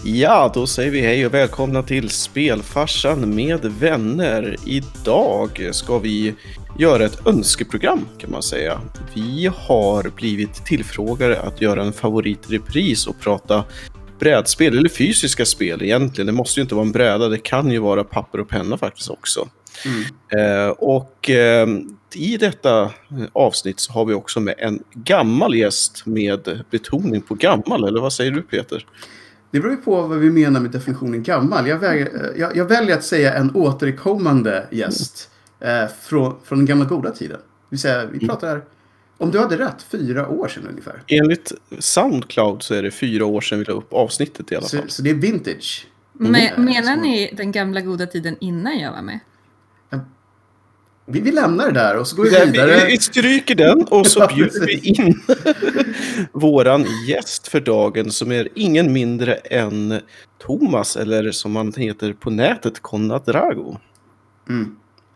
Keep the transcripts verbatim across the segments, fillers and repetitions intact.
Ja, då säger vi hej och välkomna till Spelfarsan med vänner. Idag ska vi göra ett önskeprogram kan man säga. Vi har blivit tillfrågade att göra en favoritrepris och prata brädspel eller fysiska spel egentligen. Det måste ju inte vara en bräda, det kan ju vara papper och penna faktiskt också. Mm. Eh, och eh, i detta avsnitt så har vi också med en gammal gäst med betoning på gammal, eller vad säger du Peter? Det beror ju på vad vi menar med definitionen gammal. Jag väljer, jag, jag väljer att säga en återkommande gäst eh, från, från den gamla goda tiden. Det vill säga, vi pratar, om du hade rätt, fyra år sedan ungefär. Enligt Soundcloud så är det fyra år sedan vi la upp avsnittet i alla fall. Så, så det är vintage. Mm. Men, menar ni den gamla goda tiden innan jag var med? Vi, vi lämnar det där och så går vi vidare. Vi, vi stryker den och så bjuder vi in våran gäst för dagen som är ingen mindre än Thomas, eller som han heter på nätet, Konrad Drago. Mm.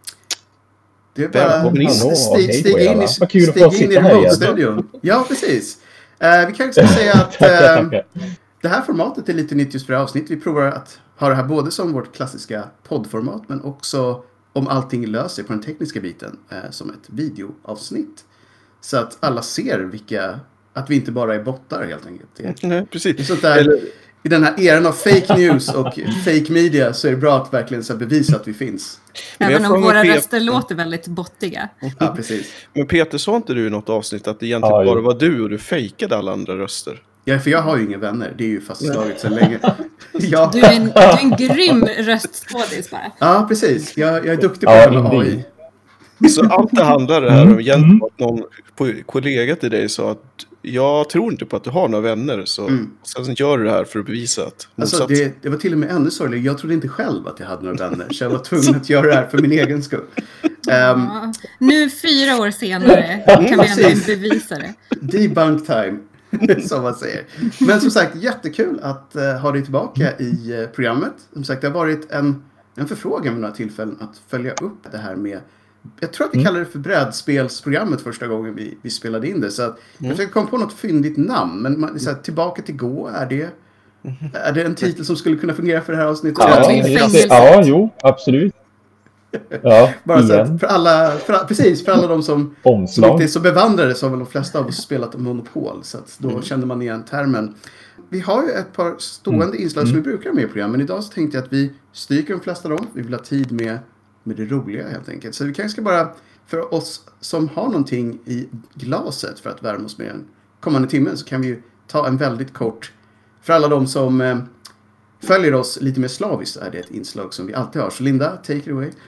Det är bara in. Stig, stig in i, Vad kul att få sitta här igen. Ja, precis. Uh, vi kan också säga att uh, det här formatet är lite nytt just för det här avsnitt. Vi provar att ha det här både som vårt klassiska poddformat men också om allting löser på den tekniska biten eh, som ett videoavsnitt. Så att alla ser vilka, att vi inte bara är bottar helt enkelt. Nej, precis. Sånt där, Eller... I den här eran av fake news och fake media så är det bra att verkligen så bevisa att vi finns. Även om våra Peter... röster låter väldigt bottiga. Ja, precis. Men Peter, sa inte du i något avsnitt att det egentligen ja, bara var du och du fejkade alla andra röster? Ja, för jag har ju inga vänner. Det är ju fastslaget så länge. Jag... Du, är en, du är en grym röstskådis bara. Ja, precis. Jag, jag är duktig på ja, det med A I. Så allt det handlar det här om egentligen att någon kollega till dig sa att jag tror inte på att du har några vänner. Så mm. sen gör du det här för att bevisa att... Alltså, det, det var till och med ännu sorgligt. Jag trodde inte själv att jag hade några vänner. Så jag var tvungen att göra det här för min egen skull. Um, ja. Nu fyra år senare kan vi ändå bevisa det. Debunk time. Som man säger. Men som sagt, jättekul att uh, ha dig tillbaka i uh, programmet. Som sagt, det har varit en, en förfrågan vid några tillfällen att följa upp det här med... Jag tror att vi mm. kallar det för brädspelsprogrammet första gången vi, vi spelade in det. Så att mm. jag försöker komma på något fyndigt namn. Men man, så här, tillbaka till gå, är det, mm. är det en titel som skulle kunna fungera för det här avsnittet? Ja, ja, ja jo, absolut. Ja, bara så att för alla, för, precis, för alla de som, som inte är så bevandrade så har väl de flesta av oss spelat Monopol. Så att då mm. kände man igen termen. Vi har ju ett par stående mm. inslag som mm. vi brukar ha med i programmet. Men idag så tänkte jag att vi stryker de flesta av dem. Vi vill ha tid med, med det roliga helt enkelt. Så vi kanske ska bara, för oss som har någonting i glaset för att värma oss med den kommande timmen, så kan vi ju ta en väldigt kort, för alla de som eh, följer oss lite mer slaviskt, så är det ett inslag som vi alltid har. Så Linda, take it away.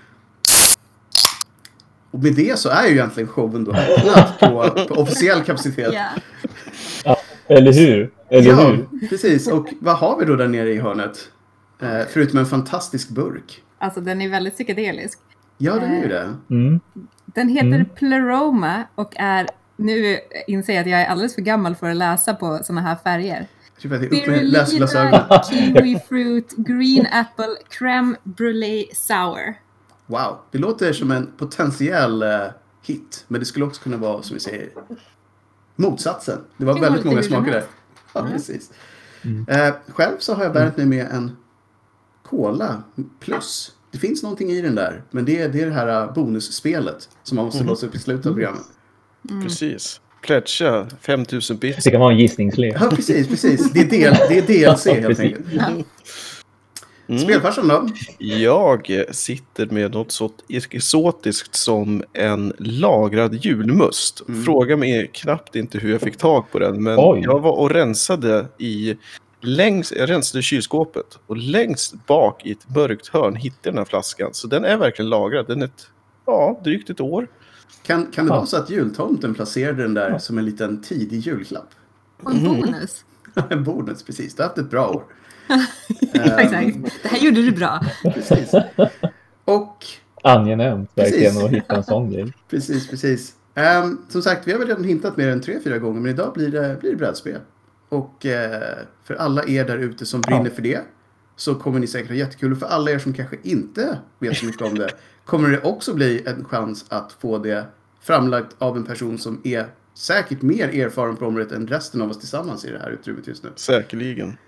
Och med det så är ju egentligen showen då öppnad på, på officiell kapacitet. Yeah. Ja, eller hur? Eller ja, hur? Precis. Och vad har vi då där nere i hörnet? Eh, förutom en fantastisk burk. Alltså den är väldigt psykedelisk. Ja, den är ju det. Mm. Den heter mm. Pleroma och är, nu inser jag att jag är alldeles för gammal för att läsa på såna här färger. Spirulina, kiwi fruit, green apple, crème brûlée sour. Wow, det låter som en potentiell uh, hit. Men det skulle också kunna vara, som vi säger, motsatsen. Det var det väldigt många smaker där. Ja, mm. precis. Mm. Uh, själv så har jag värmt mig med en Cola plus. Det finns någonting i den där. Men det är det, är det här bonusspelet som man måste mm. låsa upp i slutet av programmet. Mm. Precis. Pledga fem tusen bits. Det kan vara en gissningslek. Ja, precis, precis. Det är, del, det är D L C helt enkelt. Mm. Spelfarsan då? Jag sitter med något så exotiskt som en lagrad julmust. Mm. Fråga mig knappt inte hur jag fick tag på den. Men Oj. jag var och rensade i längst, jag rensade kylskåpet. Och längst bak i ett mörkt hörn hittade jag den här flaskan. Så den är verkligen lagrad. Den är ett, ja, drygt ett år. Kan, kan det ja. vara så att jultomten placerade den där ja. som en liten tidig julklapp? Och en bonus. En bonus, precis. Du har haft ett bra år. um, det här gjorde du bra. Precis. Och angenämt verkligen att hitta en sån grej. Precis, precis. Um, som sagt, vi har väl redan hintat mer än tre, fyra gånger. Men idag blir det, blir det brädspel. Och uh, för alla er där ute som brinner ja. för det, så kommer ni säkert ha jättekul. Och för alla er som kanske inte vet så mycket om det, kommer det också bli en chans att få det framlagt av en person som är säkert mer erfaren på området än resten av oss tillsammans i det här utrymmet just nu. Säkerligen.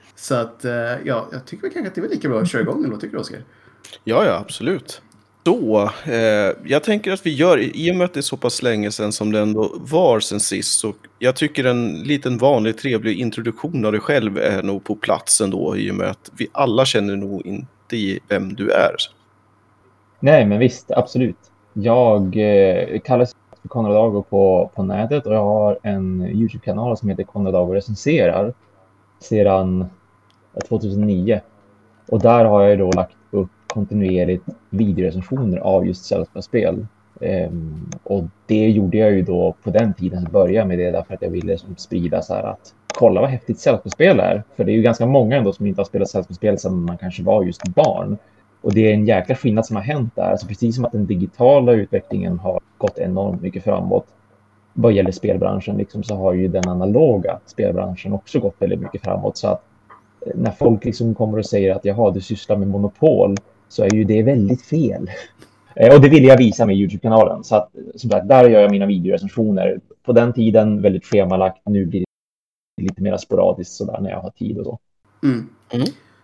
Så att, eh, ja, jag tycker väl kanske att det är lika bra att köra igång, eller vad tycker du, Oskar? Ja, ja, absolut. Så, eh, jag tänker att vi gör, i och med att det är så pass länge sedan som det ändå var sen sist, så jag tycker en liten vanlig trevlig introduktion av dig själv är nog på platsen då, i och med att vi alla känner nog inte i vem du är. Nej, men visst, absolut. Jag eh, kallas för Konrad Ago på, på nätet och jag har en YouTube-kanal som heter Konrad Ago recenserar sedan tjugohundranio. Och där har jag då lagt upp kontinuerligt videorecensioner av just Zelda-spel. Um, och det gjorde jag ju då på den tiden, så började med det därför att jag ville som, sprida så här att kolla vad häftigt Zelda-spel är. För det är ju ganska många ändå som inte har spelat Zelda-spel sedan man kanske var just barn. Och det är en jäkla skillnad som har hänt där. Alltså precis som att den digitala utvecklingen har gått enormt mycket framåt vad gäller spelbranschen, liksom, så har ju den analoga spelbranschen också gått väldigt mycket framåt. Så att när folk liksom kommer och säger att jaha, du sysslar med monopol, så är ju det väldigt fel. Och det vill jag visa med YouTube-kanalen. Så att, som sagt, där gör jag mina videorecensioner. På den tiden väldigt schemalagt. Nu blir det lite mer sporadiskt sådär när jag har tid och så. Mm. Mm.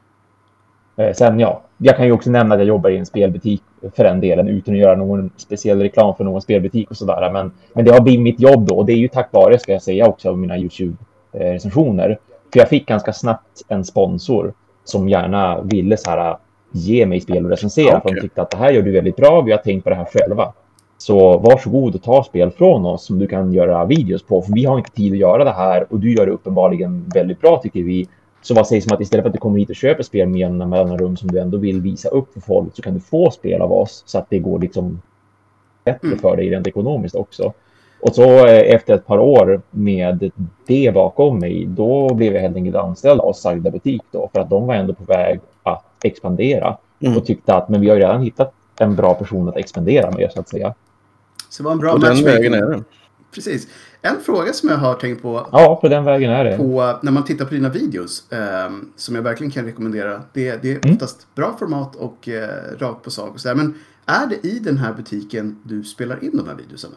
Sen ja, jag kan ju också nämna att jag jobbar i en spelbutik för den delen utan att göra någon speciell reklam för någon spelbutik och sådär. Men, men det har blivit mitt jobb då, och det är ju tack vare, ska jag säga också, av mina YouTube-recensioner. För jag fick ganska snabbt en sponsor som gärna ville så här, ge mig spel och recensera. Okay. För de tyckte att det här gör du väldigt bra, vi har tänkt på det här själva. Så varsågod och ta spel från oss som du kan göra videos på. För vi har inte tid att göra det här och du gör det uppenbarligen väldigt bra, tycker vi. Så vad sägs om att istället för att du kommer hit och köper spel med en mellanrum som du ändå vill visa upp för folk, så kan du få spel av oss så att det går liksom bättre för dig rent ekonomiskt också. Och så efter ett par år med det bakom mig, då blev jag helt enkelt anställd av Sagda butik då, för att de var ändå på väg att expandera. Mm. Och tyckte att men vi har redan hittat en bra person att expandera med, så att säga. Så det var en bra på den vägen är det. Precis. En fråga som jag har tänkt på. Ja, på den vägen är det. På, när man tittar på dina videos, eh, som jag verkligen kan rekommendera. Det, det är mm. oftast bra format och eh, rakt på sak och så där. Men är det i den här butiken du spelar in de här videorna?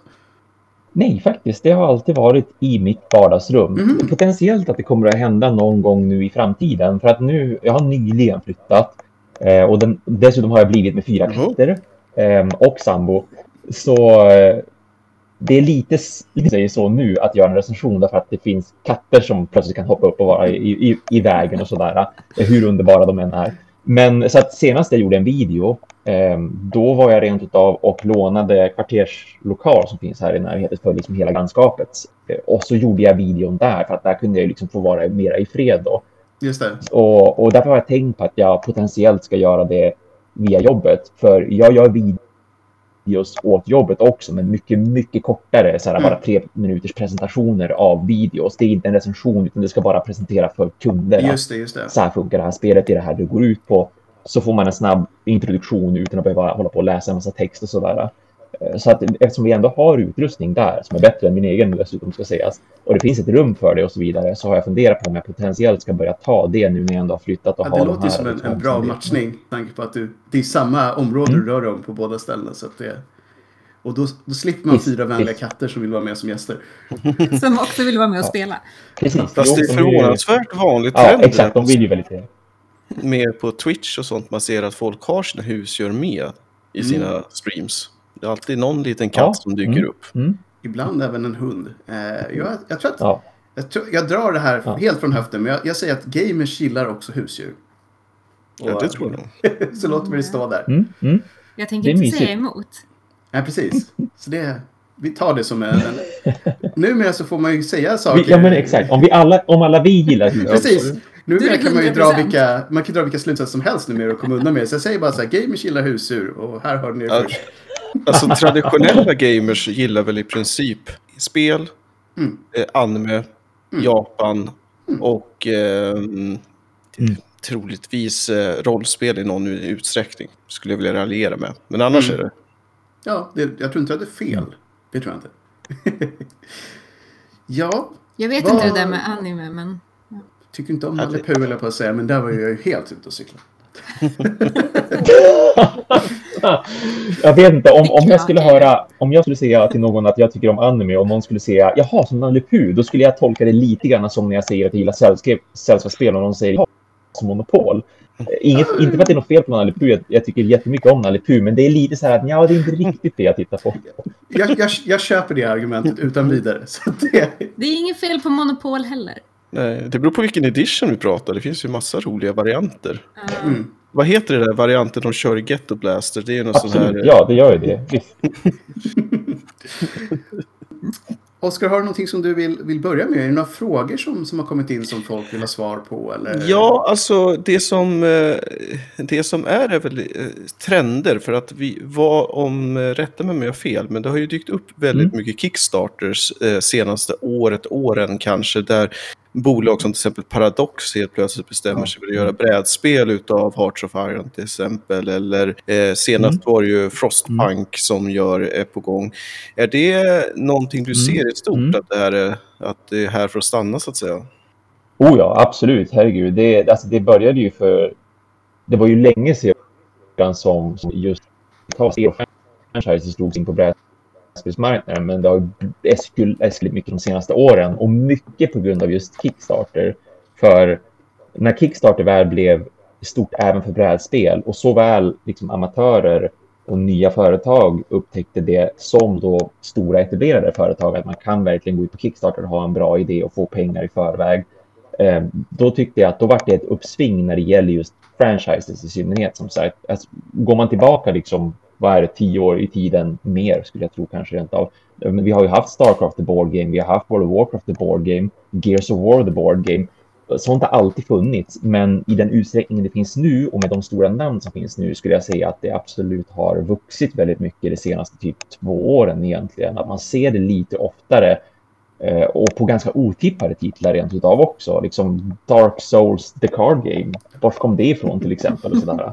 Nej, faktiskt. Det har alltid varit i mitt vardagsrum. Mm. Potentiellt att det kommer att hända någon gång nu i framtiden. För att nu, jag har nyligen flyttat. Eh, och den, dessutom har jag blivit med fyra katter. Eh, och sambo. Så eh, det är lite, lite så nu att göra en recension. Därför att det finns katter som plötsligt kan hoppa upp och vara i, i, i vägen och sådär. Hur underbara de än är. Men så att senast jag gjorde en video, eh, då var jag rent utav och lånade kvarterslokal som finns här i närheten för liksom hela landskapet. Eh, och så gjorde jag videon där för att där kunde jag liksom få vara mera i fred då. Just det. Och, och därför har jag tänkt på att jag potentiellt ska göra det via jobbet. För jag gör videos åt jobbet också, men mycket, mycket kortare. Så här, mm. Bara tre minuters presentationer av videos. Det är inte en recension, utan det ska bara presentera för kunder. Just det, just det. Så här funkar det här spelet, det är det här det går ut på. Så får man en snabb introduktion utan att behöva hålla på och läsa en massa text och sådär. Så att eftersom vi ändå har utrustning där som är bättre än min egen dessutom ska sägas, och det finns ett rum för det och så vidare, så har jag funderat på om jag potentiellt ska börja ta det nu när jag ändå har flyttat och ja, ha det de låter här. som en, en bra matchning med tanke på att du, det är samma område mm. du rör om på båda ställena, så att det, och då, då slipper man fyra vänliga katter som vill vara med som gäster. Som också vill vara med och ja. spela. Precis. Fast det är förvånansvärt vanligt. Ja, exakt. De vill ju väldigt det. Mer på Twitch och sånt, man ser att folk har sina husdjur med i sina mm. streams. Det är alltid någon liten katt ja. som dyker mm. upp. Mm. Ibland även en hund. Eh, jag, jag tror att ja. jag, tror, jag drar det här ja. helt från höften, men jag, jag säger att gamers gillar också husdjur. Och, ja, det tror jag. Så låter vi det stå där. Mm. Mm. Jag tänker inte säga emot. Ja, precis. Så det, vi tar det som en... en numera så får man ju säga saker. Ja, men exakt. Om, vi alla, om alla vi gillar husdjur. Precis. Numera kan man ju dra vilka, man kan dra vilka slutsatser som helst numera och komma undan med. Så jag säger bara så här, gamers gillar husdjur och här har ni det först. Alltså traditionella gamers gillar väl i princip spel, mm. eh, anime, mm. Japan mm. och eh, mm. troligtvis eh, rollspel i någon utsträckning. Skulle jag vilja raljera med. Men annars mm. är det... Ja, det, jag tror inte att det är fel. Det tror jag inte. Ja. Jag vet vad... inte det där med anime, men... Ja. Tycker inte om Nalle Puh, eller på att säga, men där var jag ju helt ute och cykla. Jag vet inte, om, om jag skulle höra, om jag skulle säga till någon att jag tycker om anime och någon skulle säga, jaha, som Nalle Puh, då skulle jag tolka det lite grann som när jag säger att jag gillar sällskapsspel och någon säger, som monopol. Inget, inte för att det är något fel på Nalle Puh, jag, jag tycker jättemycket om Nalle Puh, men det är lite så här att ja, det är inte riktigt det jag tittar på. Jag, jag, jag köper det argumentet utan vidare. Så det... det är inget fel på monopol heller. Nej, det beror på vilken edition vi pratar. Det finns ju massa roliga varianter. Mm. Vad heter det där varianten de kör i Ghetto Blaster? Det är någon sån här... Ja, det gör ju det. Visst. Oskar, har du någonting som du vill, vill börja med? Är det några frågor som, som har kommit in som folk vill ha svar på? Eller? Ja, alltså det som, det som är är väl trender. För att vi var om, rätta mig om jag har fel, men det har ju dykt upp väldigt mm. mycket Kickstarters eh, senaste året, åren kanske, där bolag som till exempel Paradox helt plötsligt bestämmer sig för att göra brädspel utav Hearts of Iron till exempel. Eller eh, senast mm. var det ju Frostpunk mm. som gör, är på gång. Är det någonting du ser i stort mm. att, det här är, att det är här för att stanna så att säga? Oh ja, absolut. Herregud. Det, alltså, det började ju för... Det var ju länge sedan som, som just franchises slogs in på brädspelsmarknaden, men det har eskulit mycket de senaste åren och mycket på grund av just Kickstarter. För när Kickstarter väl blev stort även för brädspel och såväl liksom amatörer och nya företag upptäckte det som då stora etablerade företag, att man kan verkligen gå ut på Kickstarter och ha en bra idé och få pengar i förväg. Eh, då tyckte jag att då var det ett uppsving när det gäller just franchises i synnerhet, som sagt. Alltså, går man tillbaka liksom, vad är det, tio år i tiden mer skulle jag tro kanske rent av. Men vi har ju haft StarCraft the board game, vi har haft World of Warcraft the board game, Gears of War the board game. Sånt har alltid funnits, men i den utsträckning det finns nu och med de stora namn som finns nu skulle jag säga att det absolut har vuxit väldigt mycket de senaste typ två åren egentligen. Att man ser det lite oftare eh, och på ganska otippade titlar rent utav också. Liksom Dark Souls the card game. Var kom det ifrån till exempel? Och sådär.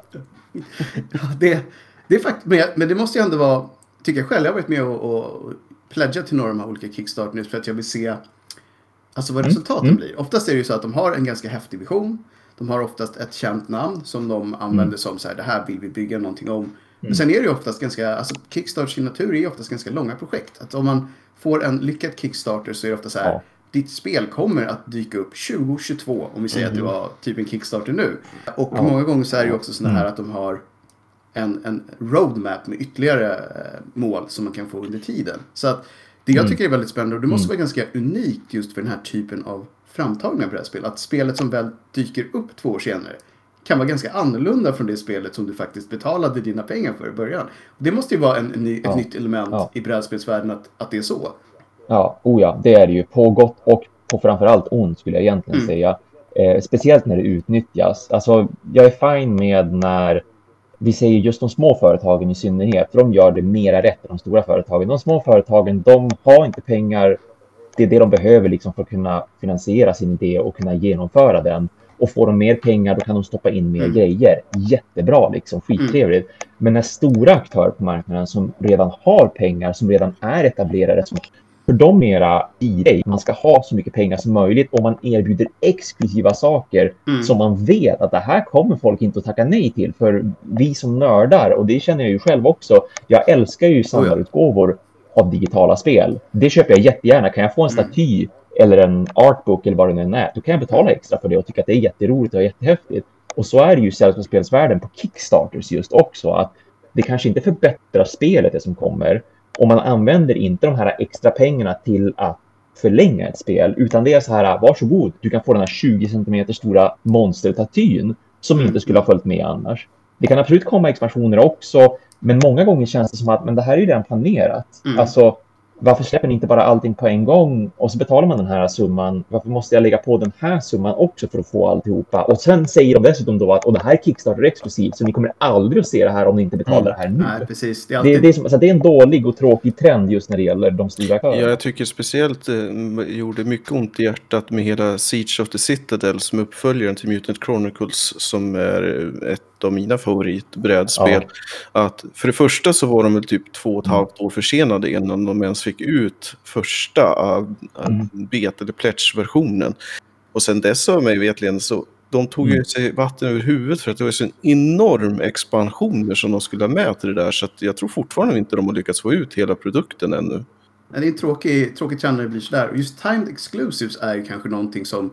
Ja, det, det är faktiskt, men, men det måste ju ändå vara, tycker jag själv, jag har varit med och, och pledga till några av de här olika Kickstarter för att jag vill se alltså vad resultaten mm. blir. Oftast är det ju så att de har en ganska häftig vision. De har oftast ett känt namn som de använder mm. som så här, det här vill vi bygga någonting om. Mm. Men sen är det ju oftast ganska, alltså Kickstarter sin natur är ju oftast ganska långa projekt. Att om man får en lyckad Kickstarter så är det ofta så här, ja. ditt spel kommer att dyka upp tjugo tjugotvå, om vi säger mm. att det var typ en Kickstarter nu. Och ja. många gånger så är det ju också såna här att de har en, en roadmap med ytterligare mål som man kan få under tiden. Så att det jag tycker är väldigt spännande, och det måste mm. vara ganska unikt just för den här typen av framtagna brädspel, att spelet som väl dyker upp två år senare kan vara ganska annorlunda från det spelet som du faktiskt betalade dina pengar för i början. Det måste ju vara en, en ny, ja. ett nytt element ja. i brädspelsvärlden att, att det är så. Ja, oh ja, det är det ju. På gott och på framförallt ont skulle jag egentligen mm. säga. Eh, speciellt när det utnyttjas. Alltså, jag är fine med när vi säger just de små företagen i synnerhet, för de gör det mera rätt än de stora företagen. De små företagen, de har inte pengar. Det är det de behöver liksom för att kunna finansiera sin idé och kunna genomföra den. Och får de mer pengar, då kan de stoppa in mer mm. grejer. Jättebra, liksom, skittrevligt. Mm. Men när stora aktörer på marknaden som redan har pengar, som redan är etablerade, som för de mera i dig, man ska ha så mycket pengar som möjligt och man erbjuder exklusiva saker mm. som man vet att det här kommer folk inte att tacka nej till. För vi som nördar, och det känner jag ju själv också, jag älskar ju samlarutgåvor av digitala spel. Det köper jag jättegärna. Kan jag få en staty mm. eller en artbook eller vad det nu är, då kan jag betala extra för det och tycka att det är jätteroligt och jättehäftigt. Och så är det ju sällskapsspelsvärlden på Kickstarters just också, att det kanske inte förbättrar spelet det som kommer. Och man använder inte de här extra pengarna till att förlänga ett spel, utan det är så här, varsågod, du kan få den här tjugo centimeter stora monstertatyn som inte skulle ha följt med annars. Det kan absolut komma expansioner också, men många gånger känns det som att men det här är ju redan planerat. Mm. Alltså, varför släpper ni inte bara allting på en gång och så betalar man den här summan? Varför måste jag lägga på den här summan också för att få alltihopa? Och sen säger de dessutom då att och det här är Kickstarter exklusivt, så ni kommer aldrig att se det här om ni inte betalar mm. det här nu. Nej, precis. Det är, alltid... det, det, är som, alltså, det är en dålig och tråkig trend just när det gäller de stora aktörer. Ja, jag tycker speciellt eh, gjorde mycket ont i hjärtat med hela Siege of the Citadel som uppföljaren till Mutant Chronicles, som är ett av mina favoritbrädspel. Ja. Att för det första så var de väl typ två och ett mm. halvt år försenade innan de ens fick ut första uh, mm. bet- eller pledge-versionen. Och sen dess av mig vetligen så de tog mm. ju sig vatten över huvudet för att det var så en enorm expansion som de skulle ha med till det där, så att jag tror fortfarande inte de har lyckats få ut hela produkten ännu. Det är en tråkig, tråkig trend när det blir sådär. Och just timed exclusives är ju kanske någonting som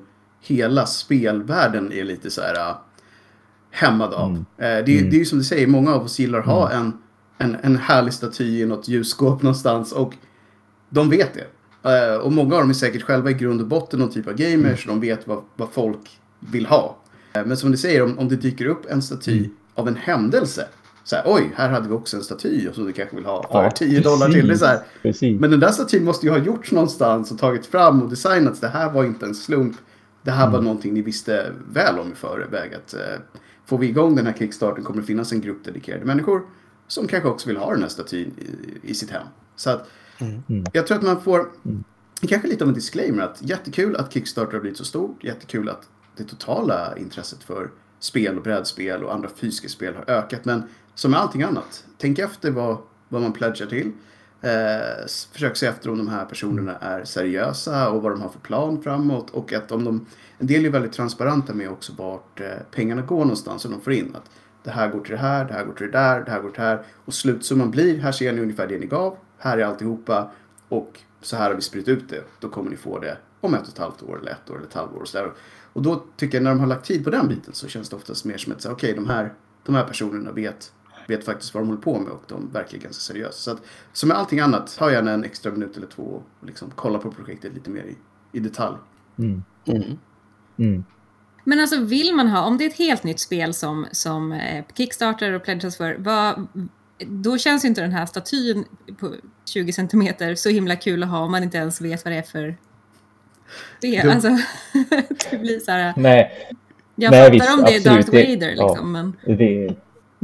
hela spelvärlden är lite så här uh, hämmad av. Mm. Uh, det, mm. det är ju som du säger, många av oss gillar att ha mm. en, en, en härlig staty i något ljusskåp någonstans och de vet det. Uh, och många av dem är säkert själva i grund och botten någon typ av gamers, mm. de vet vad, vad folk vill ha. Uh, men som du säger, om, om det dyker upp en staty mm. av en händelse, så här, oj, här hade vi också en staty och så du kanske vill ha för ja, tio dollar till det så här. Men den där statyn måste ju ha gjorts någonstans och tagit fram och designats. Det här var inte en slump. Det här mm. var någonting ni visste väl om i förväg. Att, uh, får vi igång den här kickstarten kommer det finnas en grupp dedikerade människor som kanske också vill ha den här statyn i, i sitt hem. Så att mm. jag tror att man får mm. kanske lite av en disclaimer att jättekul att Kickstarter har blivit så stort. Jättekul att det totala intresset för spel och brädspel och andra fysiska spel har ökat. Men som med allting annat, tänk efter vad, vad man pledgar till. Eh, försök se efter om de här personerna är seriösa och vad de har för plan framåt. Och att om de, en del är väldigt transparenta med också vart eh, pengarna går någonstans och de får in. Att det här går till det här, det här går till det där, det här går till det här. Och slutsumman blir, här ser ni ungefär det ni gav. Här är alltihopa och så här har vi spritt ut det. Då kommer ni få det om ett och ett halvt år eller ett år eller ett halvår. Och, så där. Och då tycker jag när de har lagt tid på den biten så känns det oftast mer som att okej, okay, de, här, de här personerna vet, vet faktiskt vad de håller på med och de verkar ganska seriösa. Så att, som med allting annat, har jag en extra minut eller två och liksom kolla på projektet lite mer i, i detalj. Mm. Mm. Mm. Men alltså vill man ha, om det är ett helt nytt spel som, som eh, Kickstarter och pledgas för, vad, då känns ju inte den här statyn på tjugo centimeter så himla kul att ha om man inte ens vet vad det är för det. Du... Alltså, det blir så här... Nej. Jag Nej, fattar visst, om det är Darth det, Vader liksom, ja, men... Det...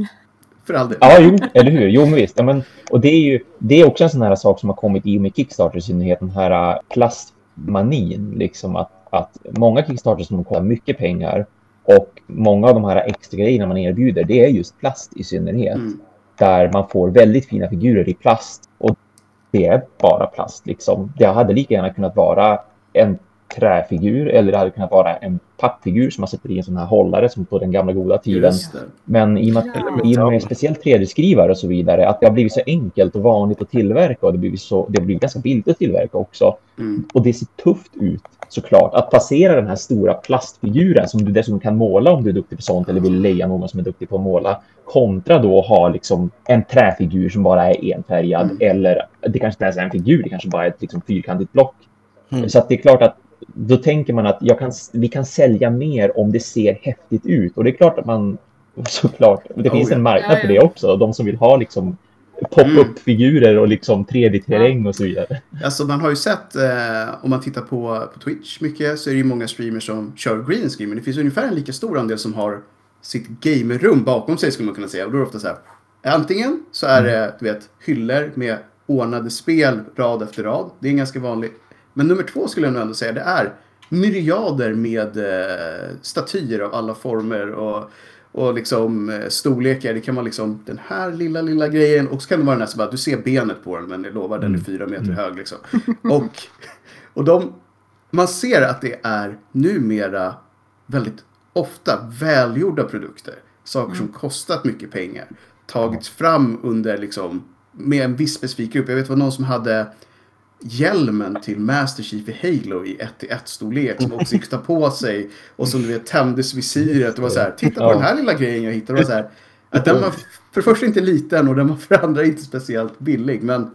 För all del. Ja, jo, eller hur? Jo, men visst. Ja, men, och det är ju det är också en sån här sak som har kommit i och med Kickstarter, i synnerhet den här plastmanin, liksom att, att många Kickstarter som kostar mycket pengar och många av de här extra grejerna man erbjuder, det är just plast i synnerhet. Mm. Där man får väldigt fina figurer i plast och det är bara plast liksom. Det hade lika gärna kunnat vara en träfigur eller det hade kunnat vara en pappfigur som man sätter i en sån här hållare som på den gamla goda tiden. Men i och med, ja. i och med speciellt tre D-skrivare och så vidare, att det har blivit så enkelt och vanligt att tillverka och det, blivit så, det har blivit ganska billigt att tillverka också. Mm. Och det ser tufft ut såklart. Att passera den här stora plastfiguren som du dessutom kan måla om du är duktig på sånt eller vill leja någon som är duktig på att måla, kontra då ha liksom en träfigur som bara är enfärgad mm. eller det kanske inte ens är en figur, det kanske bara är ett liksom fyrkantigt block. Mm. Så att det är klart att då tänker man att jag kan, vi kan sälja mer om det ser häftigt ut. Och det är klart att man, såklart, det oh, finns ja. en marknad för det också. De som vill ha liksom pop-up-figurer och liksom tre D-terräng och så vidare. Alltså man har ju sett, eh, om man tittar på, på Twitch mycket, så är det ju många streamers som kör green screen. Men det finns ungefär en lika stor andel som har sitt gamerrum bakom sig, skulle man kunna säga. Och då är det ofta så här, antingen så är det, mm. du vet, hyllor med ordnade spel rad efter rad. Det är ganska vanligt. Men nummer två skulle jag nog ändå säga, det är myriader med eh, statyer av alla former och, och liksom eh, storlekar. Det kan vara liksom den här lilla, lilla grejen. Och så kan det vara den här som bara, du ser benet på den, men jag lovar, den är fyra meter mm. hög liksom. Och, och de, man ser att det är numera väldigt ofta välgjorda produkter. Saker som kostat mycket pengar. Tagits fram under liksom, med en viss specifik grupp. Jag vet vad någon som hade hjälmen till Master Chief i Halo i ett till ett storlek som också gick ta på sig och som du vet tändes visiret och var så här, titta på ja. den här lilla grejen jag hittade, och så här, att den var för först inte liten och den var för andra inte speciellt billig, men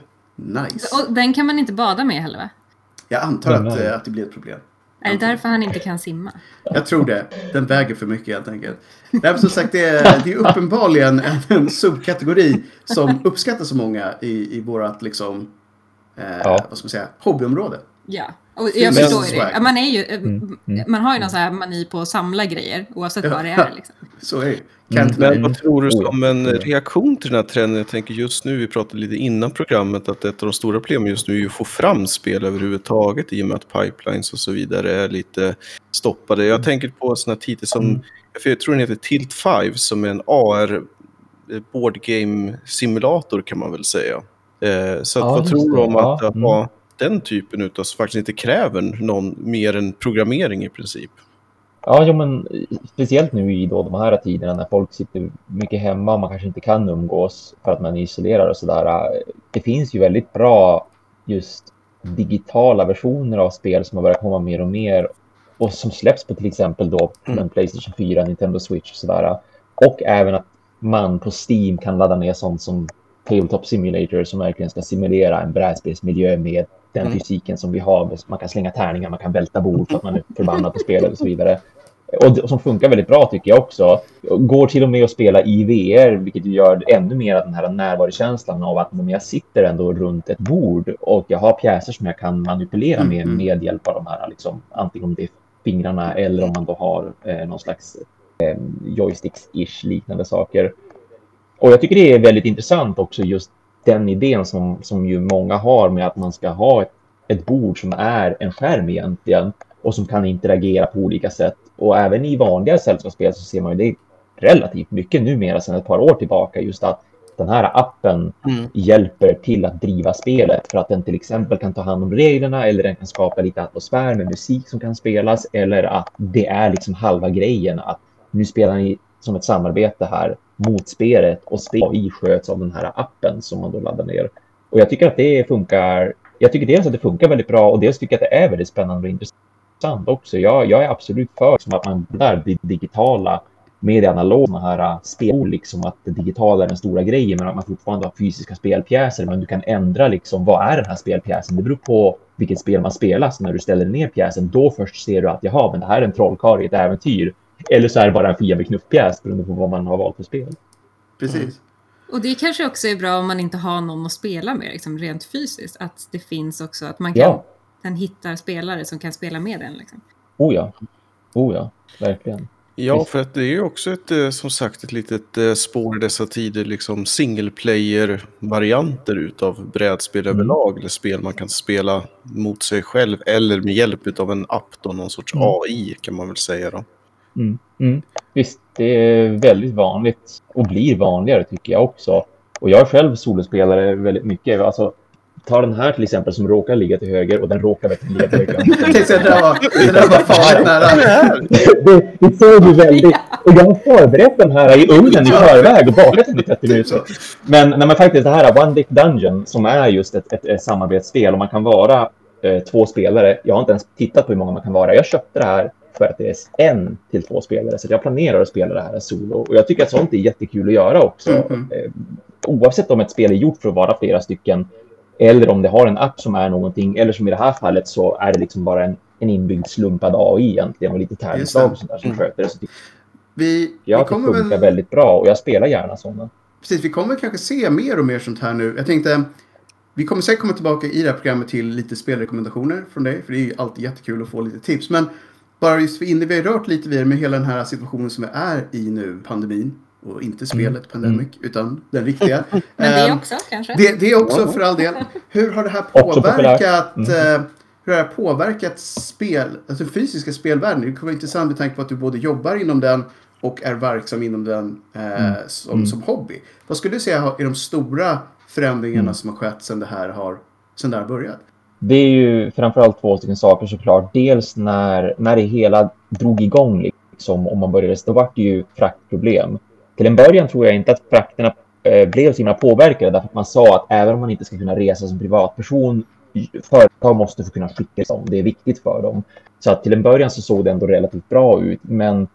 nice. Och den kan man inte bada med heller, va? Jag antar att, att det blir ett problem. Är det därför han inte kan simma? Jag tror det. Den väger för mycket helt enkelt. Men som sagt, det är, det är uppenbarligen en, en subkategori som uppskattas så många i, i vårat liksom Eh, ja. vad ska man säga, hobbyområde. Ja, och jag men, förstår ju det. Man, är ju, mm, mm, man har ju någon sån här mani på att samla grejer, oavsett vad det är. Liksom. Så är det. Mm, men vad tror du som en reaktion till den här trenden? Jag tänker just nu, vi pratade lite innan programmet, att ett av de stora problemen just nu är att få fram spel överhuvudtaget i och med att pipelines och så vidare är lite stoppade. Jag tänker på såna titlar som, mm. jag tror den heter Tilt fem, som är en A R board game simulator kan man väl säga. Eh, så att, ja, vad tror du om att ja. ha mm. den typen utav som faktiskt inte kräver någon mer än programmering i princip? Ja, jo, men speciellt nu i då de här tiderna när folk sitter mycket hemma och man kanske inte kan umgås för att man är isolerad och sådär. Det finns ju väldigt bra just digitala versioner av spel som har börjat komma mer och mer. och som släpps på till exempel då mm. PlayStation fyra, Nintendo Switch och sådär. Och även att man på Steam kan ladda ner sånt som Tabletop Simulator som verkligen ska simulera en brädspelsmiljö med den mm. fysiken som vi har. Man kan slänga tärningar, man kan välta bord för att man är förbannad på spelet och så vidare. Och, och som funkar väldigt bra tycker jag också. Går till och med att spela i V R, vilket gör ännu mer den här närvarokänslan av att jag sitter ändå runt ett bord och jag har pjäser som jag kan manipulera med mm. med hjälp av de här, liksom, antingen om det är fingrarna eller om man då har eh, någon slags eh, joysticks-ish liknande saker. Och jag tycker det är väldigt intressant också just den idén som, som ju många har med att man ska ha ett, ett bord som är en skärm egentligen och som kan interagera på olika sätt. Och även i vanliga sällskapsspel så ser man ju det relativt mycket numera sedan ett par år tillbaka just att den här appen mm. hjälper till att driva spelet för att den till exempel kan ta hand om reglerna eller den kan skapa lite atmosfär med musik som kan spelas eller att det är liksom halva grejen att nu spelar ni som ett samarbete här mot spelet och spel sköts av den här appen som man då laddar ner. Och jag tycker att det funkar, jag tycker dels att det funkar väldigt bra och dels tycker jag att det är väldigt spännande och intressant också. Jag, jag är absolut för som att man där blir digitala med det analoga här spel, liksom att det digitala är den stora grejen men att man fortfarande har fysiska spelpjäser men du kan ändra liksom vad är den här spelpjäsen. Det beror på vilket spel man spelar så när du ställer ner pjäsen då först ser du att jaha men det här är en trollkarl i ett äventyr. Eller så är det bara en fia med knuffpjäs beroende på vad man har valt för spel. Precis. Mm. Och det kanske också är bra om man inte har någon att spela med liksom, rent fysiskt. Att det finns också att man kan, ja. kan hitta spelare som kan spela med den. Liksom. Oh ja, oh ja, verkligen. Ja, för att det är ju också ett, som sagt, ett litet spår i dessa tider, liksom single player-varianter utav brädspel mm. överlag, eller spel man kan spela mot sig själv, eller med hjälp av en app då, någon sorts mm. A I kan man väl säga då. Mm. Mm. Visst, det är väldigt vanligt och blir vanligare tycker jag också. Och jag är själv solospelare väldigt mycket, alltså ta den här till exempel som råkar ligga till höger och den råkar verkligen ligga till höger. det där var, det där var farligt nära. det, det såg ju väldigt... Och jag har förberett den här i ugnen i förväg och bakat den i trettio minuter. Men när man faktiskt det här One Dick Dungeon som är just ett, ett, ett samarbetsspel och man kan vara eh, två spelare. Jag har inte ens tittat på hur många man kan vara. Jag köpte det här för att det är en till två spelare. Så jag planerar att spela det här solo. Och jag tycker att sånt är jättekul att göra också. Mm-hmm. Eh, oavsett om ett spel är gjort för att vara flera stycken. Eller om det har en app som är någonting. Eller som i det här fallet så är det liksom bara en, en inbyggd slumpad A I egentligen. Och lite tärningslag och sånt där som mm. sköter det. Så vi, jag vi kommer det funkar väl... väldigt bra och jag spelar gärna sådana. Precis, vi kommer kanske se mer och mer sånt här nu. Jag tänkte, vi kommer säkert komma tillbaka i det här programmet till lite spelrekommendationer från dig. För det är ju alltid jättekul att få lite tips. Men bara just för innan vi har rört lite vidare med hela den här situationen som vi är i nu, pandemin. Och inte spelet mm. Pandemic, utan den riktiga. Men det också kanske? Det, det är också för all del. Hur har det här påverkat, mm. uh, hur har det här påverkat spel, alltså fysiska spelvärlden? Det kommer vara intressant med tanke på att du både jobbar inom den och är verksam inom den uh, mm. som, mm. som hobby. Vad skulle du säga är de stora förändringarna mm. som har skett sedan det här har, sedan det här börjat? Det är ju framförallt två stycken saker såklart. Dels när, när det hela drog igång, liksom, om man började, då var det ju fraktproblem. Till en början tror jag inte att frakterna eh, blev så himla påverkade därför att man sa att även om man inte ska kunna resa som privatperson, företag måste få kunna skicka dem. Det är viktigt för dem. Så att till en början så såg det ändå relativt bra ut. Men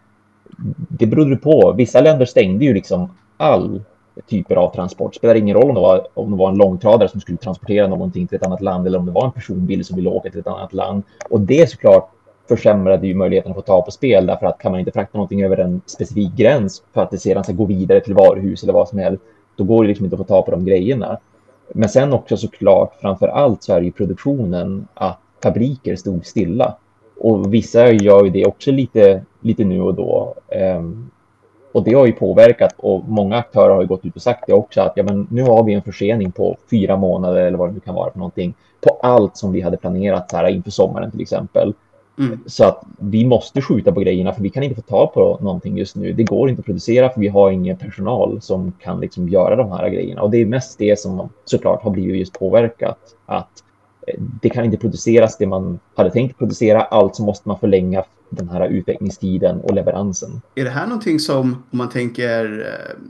det berodde på. Vissa länder stängde ju liksom all typer av transport. Det spelar ingen roll om det, var, om det var en långtradare som skulle transportera någonting till ett annat land eller om det var en personbil som ville åka till ett annat land. Och det såklart försämrade ju möjligheten att få ta på spel därför att kan man inte frakta någonting över en specifik gräns för att det sedan ska gå vidare till varuhus eller vad som helst, då går det liksom inte att få ta på de grejerna. Men sen också såklart, framför allt så är det ju produktionen att fabriker stod stilla. Och vissa gör ju det också lite, lite nu och då. Um, och det har ju påverkat och många aktörer har ju gått ut och sagt det också att ja, men nu har vi en försening på fyra månader eller vad det nu kan vara för någonting på allt som vi hade planerat så här inför sommaren till exempel. Mm. Så att vi måste skjuta på grejerna för vi kan inte få ta på någonting just nu. Det går inte att producera för vi har ingen personal som kan liksom göra de här grejerna. Och det är mest det som såklart har blivit just påverkat. Att det kan inte produceras det man hade tänkt producera. Alltså måste man förlänga den här utvecklingstiden och leveransen. Är det här någonting som, om man tänker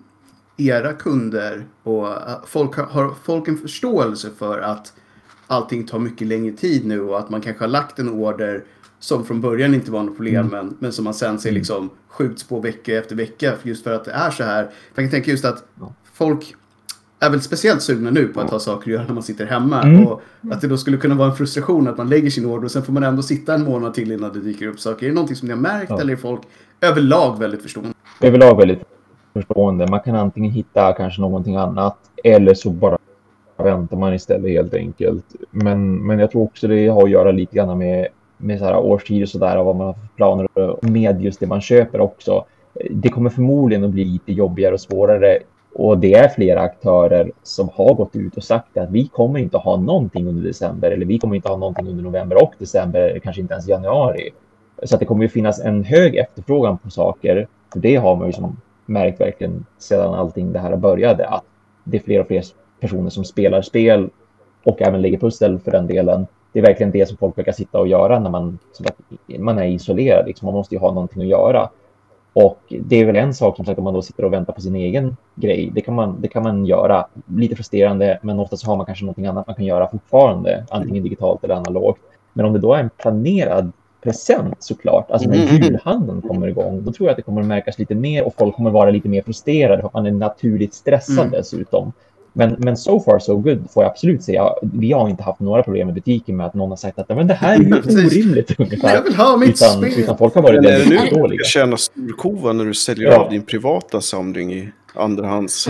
era kunder och folk har folk en förståelse för att allting tar mycket längre tid nu och att man kanske har lagt en order som från början inte var något problem, Mm. men, men som man sen ser liksom skjuts på vecka efter vecka just för att det är så här. Jag kan tänka just att folk är väl speciellt sugna nu på att ha saker att göra när man sitter hemma. Mm. Och att det då skulle kunna vara en frustration att man lägger sin order och sen får man ändå sitta en månad till innan det dyker upp saker. Är det någonting som ni har märkt Ja. eller är folk överlag väldigt förstående? Överlag väldigt förstående. Man kan antingen hitta kanske någonting annat eller så bara väntar man istället helt enkelt. Men, men jag tror också det har att göra lite grann med, med så här årstid och sådär och vad man har för planer med just det man köper också. Det kommer förmodligen att bli lite jobbigare och svårare. Och det är flera aktörer som har gått ut och sagt att vi kommer inte ha någonting under december eller vi kommer inte ha någonting under november och december eller kanske inte ens januari. Så att det kommer ju finnas en hög efterfrågan på saker. För det har man ju som märkt verkligen sedan allting det här började. Att det är fler och fler personer som spelar spel och även lägger pussel för den delen. Det är verkligen det som folk brukar sitta och göra när man, så att man är isolerad. Liksom. Man måste ju ha någonting att göra. Och det är väl en sak som sagt om man då sitter och väntar på sin egen grej. Det kan man, det kan man göra. Lite frustrerande, men ofta så har man kanske någonting annat man kan göra fortfarande. Antingen digitalt eller analogt. Men om det då är en planerad present såklart, alltså när julhandeln kommer igång, då tror jag att det kommer att märkas lite mer och folk kommer vara lite mer frustrerade för att man är naturligt stressad mm. dessutom. Men, men so far so good får jag absolut säga. Vi har inte haft några problem i butiken med att någon har sagt att men det här är ju orimligt ungefär. Jag vill ha mitt utan, spel. utan folk har varit väldigt dåliga. dåliga. Du tjänar storkova när du säljer ja. av din privata samling i andrahands.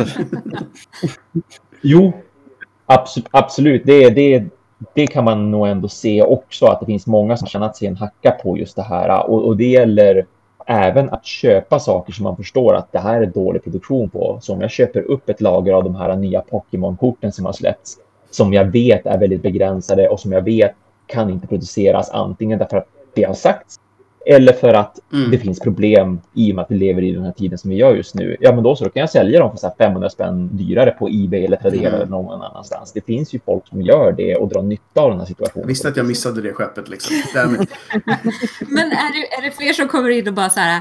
Jo, abs- absolut. Det, det, det kan man nog ändå se också att det finns många som känner att sig en hacka på just det här. Och, och det gäller även att köpa saker som man förstår att det här är dålig produktion på. Så om jag köper upp ett lager av de här nya Pokémon-korten som har släppts, som jag vet är väldigt begränsade och som jag vet kan inte produceras antingen därför att det har sagts eller för att mm. det finns problem i och med att vi lever i den här tiden som vi gör just nu. Ja, men då så då kan jag sälja dem för så här femhundra spänn dyrare på eBay eller Tradera mm. eller någon annanstans. Det finns ju folk som gör det och drar nytta av den här situationen. Jag visste att jag missade det skeppet liksom. Men är det, är det fler som kommer in och bara så här,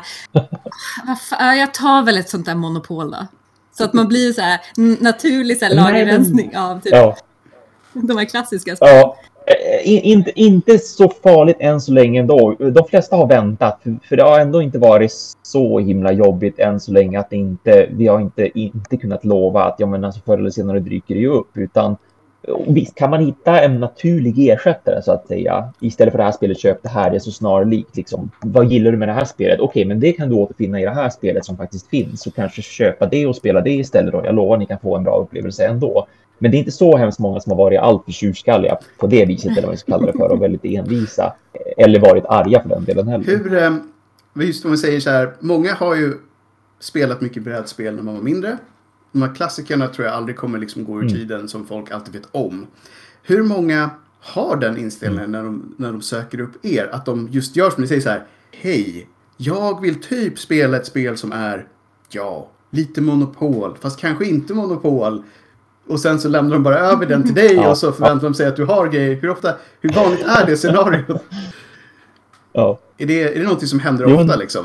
jag tar väl ett sånt där monopol då? Så att man blir så här naturlig så här lagerrensning av typ ja. de här klassiska spelen. Ja. Inte, inte så farligt än så länge ändå. De flesta har väntat. För, för det har ändå inte varit så himla jobbigt än så länge att inte, vi har inte, inte kunnat lova att ja, men alltså förr eller senare dyker det upp. Utan visst kan man hitta en naturlig ersättare så att säga. Istället för det här spelet köp det här, det är så snarlikt. Liksom. Vad gillar du med det här spelet? Okej, okay, men det kan du återfinna i det här spelet som faktiskt finns. Så kanske köpa det och spela det istället då. Jag lovar ni kan få en bra upplevelse ändå. Men det är inte så hemskt många som har varit allt för tjurskalliga på det viset, eller vad vi ska kalla det för, och väldigt envisa. Eller varit arga för den delen heller. Hur, just om vi säger så här, många har ju spelat mycket brädspel när man var mindre. De här klassikerna tror jag aldrig kommer liksom gå ur mm. tiden som folk alltid vet om. Hur många har den inställningen mm. när, de, när de söker upp er? Att de just gör som ni säger så här, hej, jag vill typ spela ett spel som är, ja, lite monopol, fast kanske inte monopol. Och sen så lämnar de bara över den till dig ja, och så förväntar ja. de sig att du har grejer. Hur ofta, hur vanligt är det scenariot? Ja. Är det, är det något som händer jo, ofta liksom?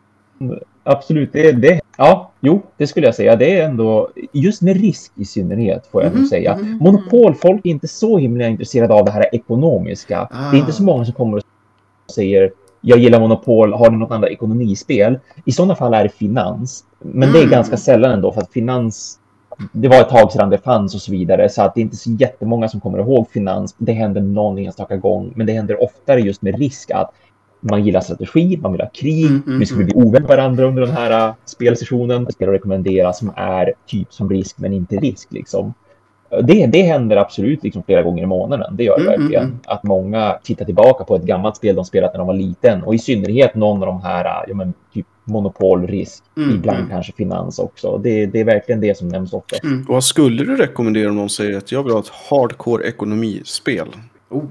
Absolut, det är det. Ja, jo, det skulle jag säga. Det är ändå, just med risk i synnerhet får jag mm-hmm, nog säga. Mm-hmm. Monopolfolk är inte så himla intresserade av det här ekonomiska. Ah. Det är inte så många som kommer och säger jag gillar monopol, har du något annat ekonomispel? I sådana fall är det finans. Men mm. det är ganska sällan ändå för att finans... Det var ett tag sedan det fanns och så vidare. Så att det är inte så jättemånga som kommer ihåg finans. Det händer någon enstaka gång. Men det händer oftare just med risk att man gillar strategi, man vill ha krig. Mm, mm, vi skulle bli ovän varandra under den här uh, spelsessionen. Spel att rekommendera som är typ som risk men inte risk liksom. Det, det händer absolut liksom flera gånger i månaden. Det gör det mm, verkligen. Mm, att många tittar tillbaka på ett gammalt spel de spelat när de var liten. Och i synnerhet någon av de här uh, ja, men, typ monopolrisk. Mm, ibland mm. kanske finans också. Det, det är verkligen det som nämns ofta. Mm. Vad skulle du rekommendera om någon säger att jag vill ha ett hardcore ekonomispel? Oh.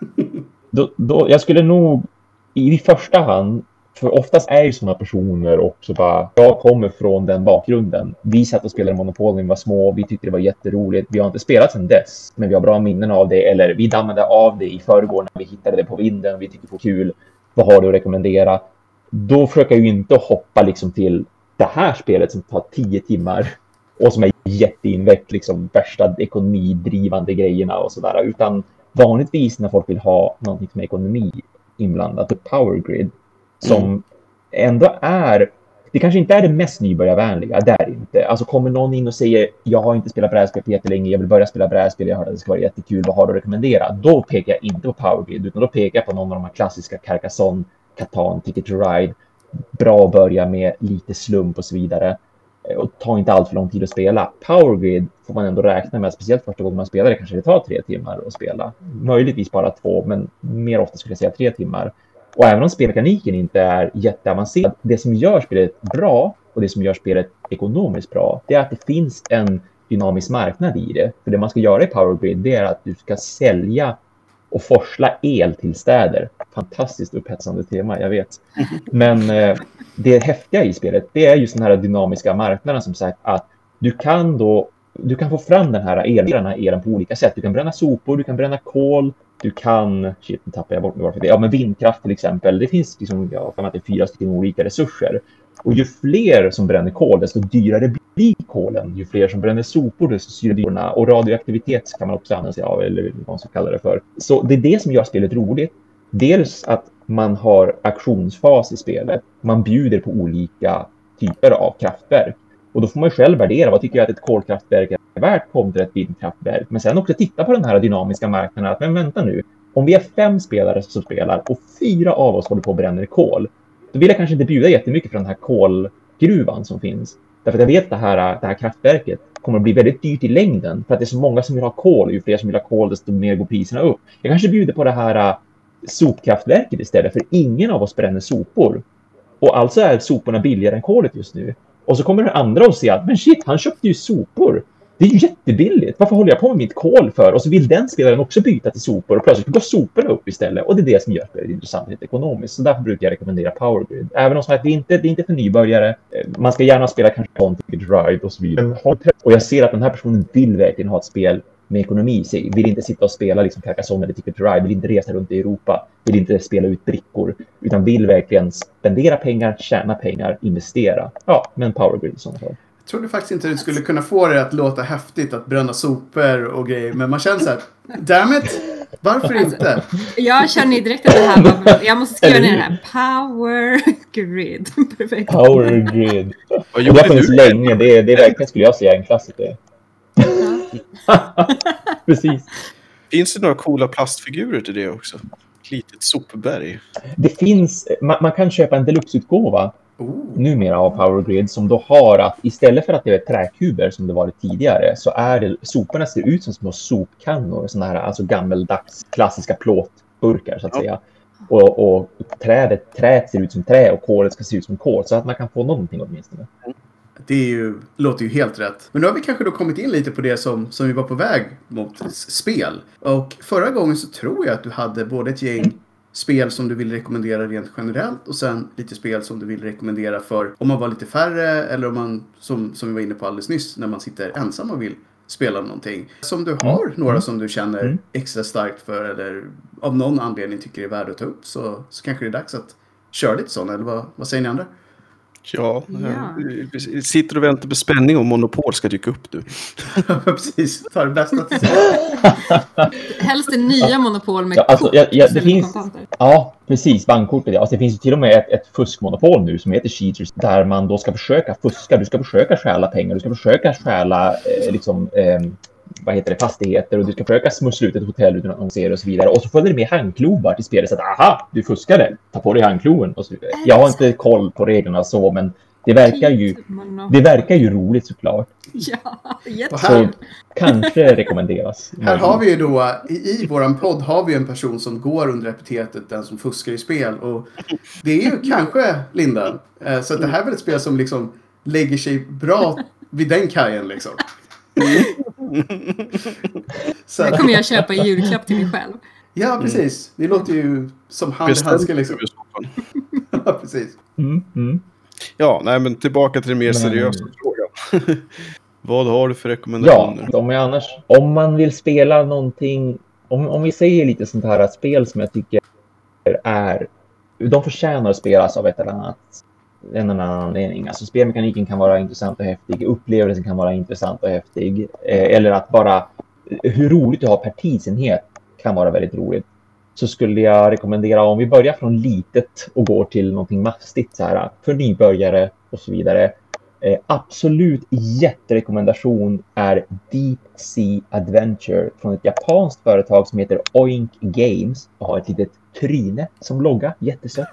då, då, jag skulle nog i första hand, för oftast är ju sådana personer också bara, jag kommer från den bakgrunden. Vi satt och spelade Monopol när vi var små, vi tyckte det var jätteroligt. Vi har inte spelat sedan dess, men vi har bra minnen av det. Eller vi dammade av det i förrgår när vi hittade det på vinden. Vi tycker det var kul. Vad har du att rekommendera? Då försöker jag ju inte hoppa liksom till det här spelet som tar tio timmar och som är jätteinvecklat, liksom värsta ekonomidrivande grejerna och sådär. Utan vanligtvis när folk vill ha någonting med ekonomi, inblandat, och Power Grid, som mm. ändå är, det kanske inte är det mest nybörjarvänliga, det är det inte. Alltså kommer någon in och säger, jag har inte spelat brädspel på jättelänge, jag vill börja spela brädspel, jag hör att det ska vara jättekul, vad har du att rekommendera? Då pekar jag inte på Power Grid, utan då pekar jag på någon av de här klassiska Carcassonne, Catan, Ticket to Ride. Bra att börja med, lite slump och så vidare. Och ta inte allt för lång tid att spela. Power Grid får man ändå räkna med, speciellt första gången man spelar det kanske det tar tre timmar att spela. Möjligtvis bara två, men mer ofta skulle jag säga tre timmar. Och även om spelmekaniken inte är jätteavancerad, det som gör spelet bra och det som gör spelet ekonomiskt bra, det är att det finns en dynamisk marknad i det. För det man ska göra i Power Grid, det är att du ska sälja och forsla el till städer. Fantastiskt upphetsande tema, jag vet. Men eh, det häftiga i spelet, det är just den här dynamiska marknaden, som sagt, att du kan då du kan få fram den här elen, den här elen på olika sätt. Du kan bränna sopor, du kan bränna kol, du kan, shit, nu tappar jag bort mig varför det. Ja, men vindkraft till exempel. Det finns liksom, ja, kan man säga, fyra stycken olika resurser. Och ju fler som bränner kol, desto dyrare blir kolen. Ju fler som bränner sopor, desto dyrare blir det. Och radioaktivitet kan man också använda sig av, eller vad man ska kalla det för. Så det är det som gör spelet roligt. Dels att man har aktionsfas i spelet. Man bjuder på olika typer av kraftverk. Och då får man själv värdera, vad tycker jag att ett kolkraftverk är värt kontra ett vindkraftverk. Men sen också titta på den här dynamiska marknaden. Att, men vänta nu, om vi är fem spelare som spelar och fyra av oss håller på att bränna kol, då vill jag kanske inte bjuda jättemycket för den här kolgruvan som finns. Därför att jag vet att det här, det här kraftverket kommer att bli väldigt dyrt i längden. För att det är så många som vill ha kol. Ju fler som vill ha kol, desto mer går priserna upp. Jag kanske bjuder på det här sopkraftverket istället. För ingen av oss bränner sopor. Och alltså är soporna billigare än kolet just nu. Och så kommer den andra och säger att men shit, han köpte ju sopor. Det är ju jättebilligt. Varför håller jag på med mitt kol för? Och så vill den spelaren också byta till sopor. Och plötsligt går soporna upp istället. Och det är det som gör det intressant rent ekonomiskt. Så därför brukar jag rekommendera Power Grid. Även om det inte det är inte för nybörjare. Man ska gärna spela kanske Ticket Ride och så vidare. Och jag ser att den här personen vill verkligen ha ett spel med ekonomi i sig. Vill inte sitta och spela liksom Carcassonne eller Ticket to Ride. Vill inte resa runt i Europa. Vill inte spela ut brickor. Utan vill verkligen spendera pengar, tjäna pengar, investera. Ja, men Power Grid som fall. Jag trodde faktiskt inte att du skulle kunna få det att låta häftigt att bränna sopor och grejer. Men man känner så här, damn it, varför inte? Jag känner ju direkt att det här var, jag måste skriva ner det här. Power Grid. Perfekt. Power Grid. Och det har funnits länge, det är, det är verkligen, skulle jag säga, en klassiker. Precis. Finns det några coola plastfigurer till det också? Ett litet sopberg. Det finns, man, man kan köpa en deluxe-utgåva oh. numera av Power Grid som då har att istället för att det är träkuber som det varit tidigare, så är det, soporna ser ut som små sopkannor, såna här alltså gammeldags klassiska plåtburkar så att ja. säga. Och, och trädet, träet ser ut som trä och kolet ska se ut som kol, så att man kan få någonting åtminstone. Det är ju, låter ju helt rätt. Men nu har vi kanske då kommit in lite på det som, som vi var på väg mot spel. Och förra gången så tror jag att du hade både ett gäng spel som du vill rekommendera rent generellt och sen lite spel som du vill rekommendera för om man var lite färre eller om man, som, som vi var inne på alldeles nyss, när man sitter ensam och vill spela någonting. Som du har mm. några som du känner mm. extra starkt för eller av någon anledning tycker är värd att ta upp, så, så kanske det är dags att köra lite sådana, eller vad, vad säger ni andra? Ja, ja. Sitter och väntar på spänning om Monopol ska dyka upp du. Precis, ta det bästa till sig. Helst en nya ja. Monopol med ja, alltså, kort. Ja, ja, det finns, ja, precis, bankkortet. Ja. Alltså, det finns ju till och med ett, ett fuskmonopol nu som heter Cheaters, där man då ska försöka fuska. Du ska försöka stjäla pengar, du ska försöka stjäla eh, liksom, eh, vad heter det, fastigheter, och du ska försöka smussla ut ett hotell utan att annonsera och så vidare. Och så följer det med handklovar till spelet så att aha, du fuskade, ta på dig handkloven och så vidare. Jag har inte koll på reglerna så, men det verkar ju det verkar ju roligt såklart. Ja, jättebra. Så kanske rekommenderas. Här har vi ju då, i, i våran podd har vi en person som går under epitetet den som fuskar i spel, och det är ju kanske Linda. Så att det här är väl ett spel som liksom lägger sig bra vid den kajen liksom. Så. Det kommer jag köpa i julklapp till mig själv. Ja, precis. Det låter ju som hand i handske liksom. Ja, precis. Mm, mm. Ja, nej, men tillbaka till det mer seriösa men... frågan. Vad har du för rekommendationer? Ja, om jag annars, om man vill spela någonting, om, om vi säger lite sånt här att spel som jag tycker är, de förtjänar att spelas av ett eller annat, en eller annan anledning. Alltså spelmekaniken kan vara intressant och häftig, upplevelsen kan vara intressant och häftig, eh, eller att bara hur roligt du har per tidsenhet kan vara väldigt roligt. så skulle jag rekommendera, om vi börjar från litet och går till någonting mastigt så här, för nybörjare och så vidare. Eh, absolut jätterekommendation är Deep Sea Adventure från ett japanskt företag som heter Oink Games och har ett litet tryne som logga, jättesött.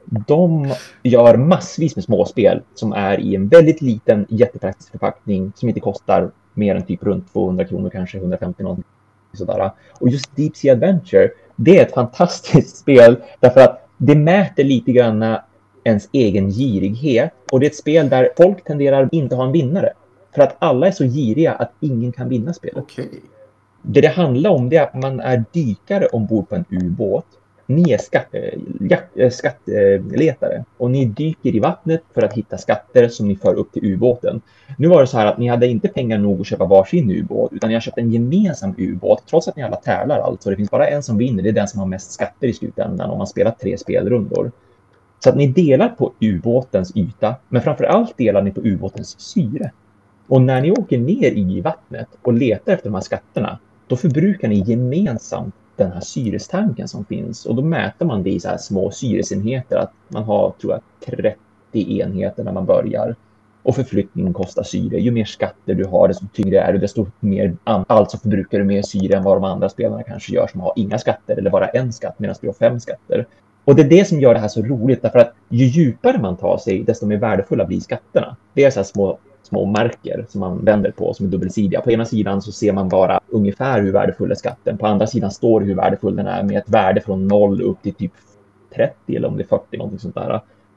De gör massvis med småspel som är i en väldigt liten jättepraktisk förpackning som inte kostar mer än typ runt tvåhundra kronor, kanske hundrafemtio någonting sådär. Och just Deep Sea Adventure, det är ett fantastiskt spel därför att det mäter lite grann ens egen girighet. Och det är ett spel där folk tenderar inte ha en vinnare. För att alla är så giriga att ingen kan vinna spelet. Okay. Det det handlar om det är att man är dykare ombord på en ubåt. Ni är skatte, ja, skattletare. Och ni dyker i vattnet för att hitta skatter som ni för upp till ubåten. Nu var det så här att ni hade inte pengar nog att köpa varsin ubåt. Utan ni har köpt en gemensam ubåt. Trots att ni alla tävlar alltså. Det finns bara en som vinner. Det är den som har mest skatter i slutändan. Om man spelar tre spelrundor. Så att ni delar på ubåtens yta, men framförallt delar ni på ubåtens syre. Och när ni åker ner i vattnet och letar efter de här skatterna, då förbrukar ni gemensamt den här syrestanken som finns. Och då mäter man det i så här små syresenheter, att man har, tror jag, trettio enheter när man börjar. Och förflyttningen kostar syre. Ju mer skatter du har, desto tyngre är du, desto mer, alltså förbrukar du mer syre än vad de andra spelarna kanske gör som har inga skatter eller bara en skatt medan du har fem skatter. Och det är det som gör det här så roligt, därför att ju djupare man tar sig, desto mer värdefulla blir skatterna. Det är så här små, små marker som man vänder på som är dubbelsidiga. På ena sidan så ser man bara ungefär hur värdefull är skatten. På andra sidan står det hur värdefull den är med ett värde från noll upp till typ trettio eller om det är fyrtio, någonting sånt där.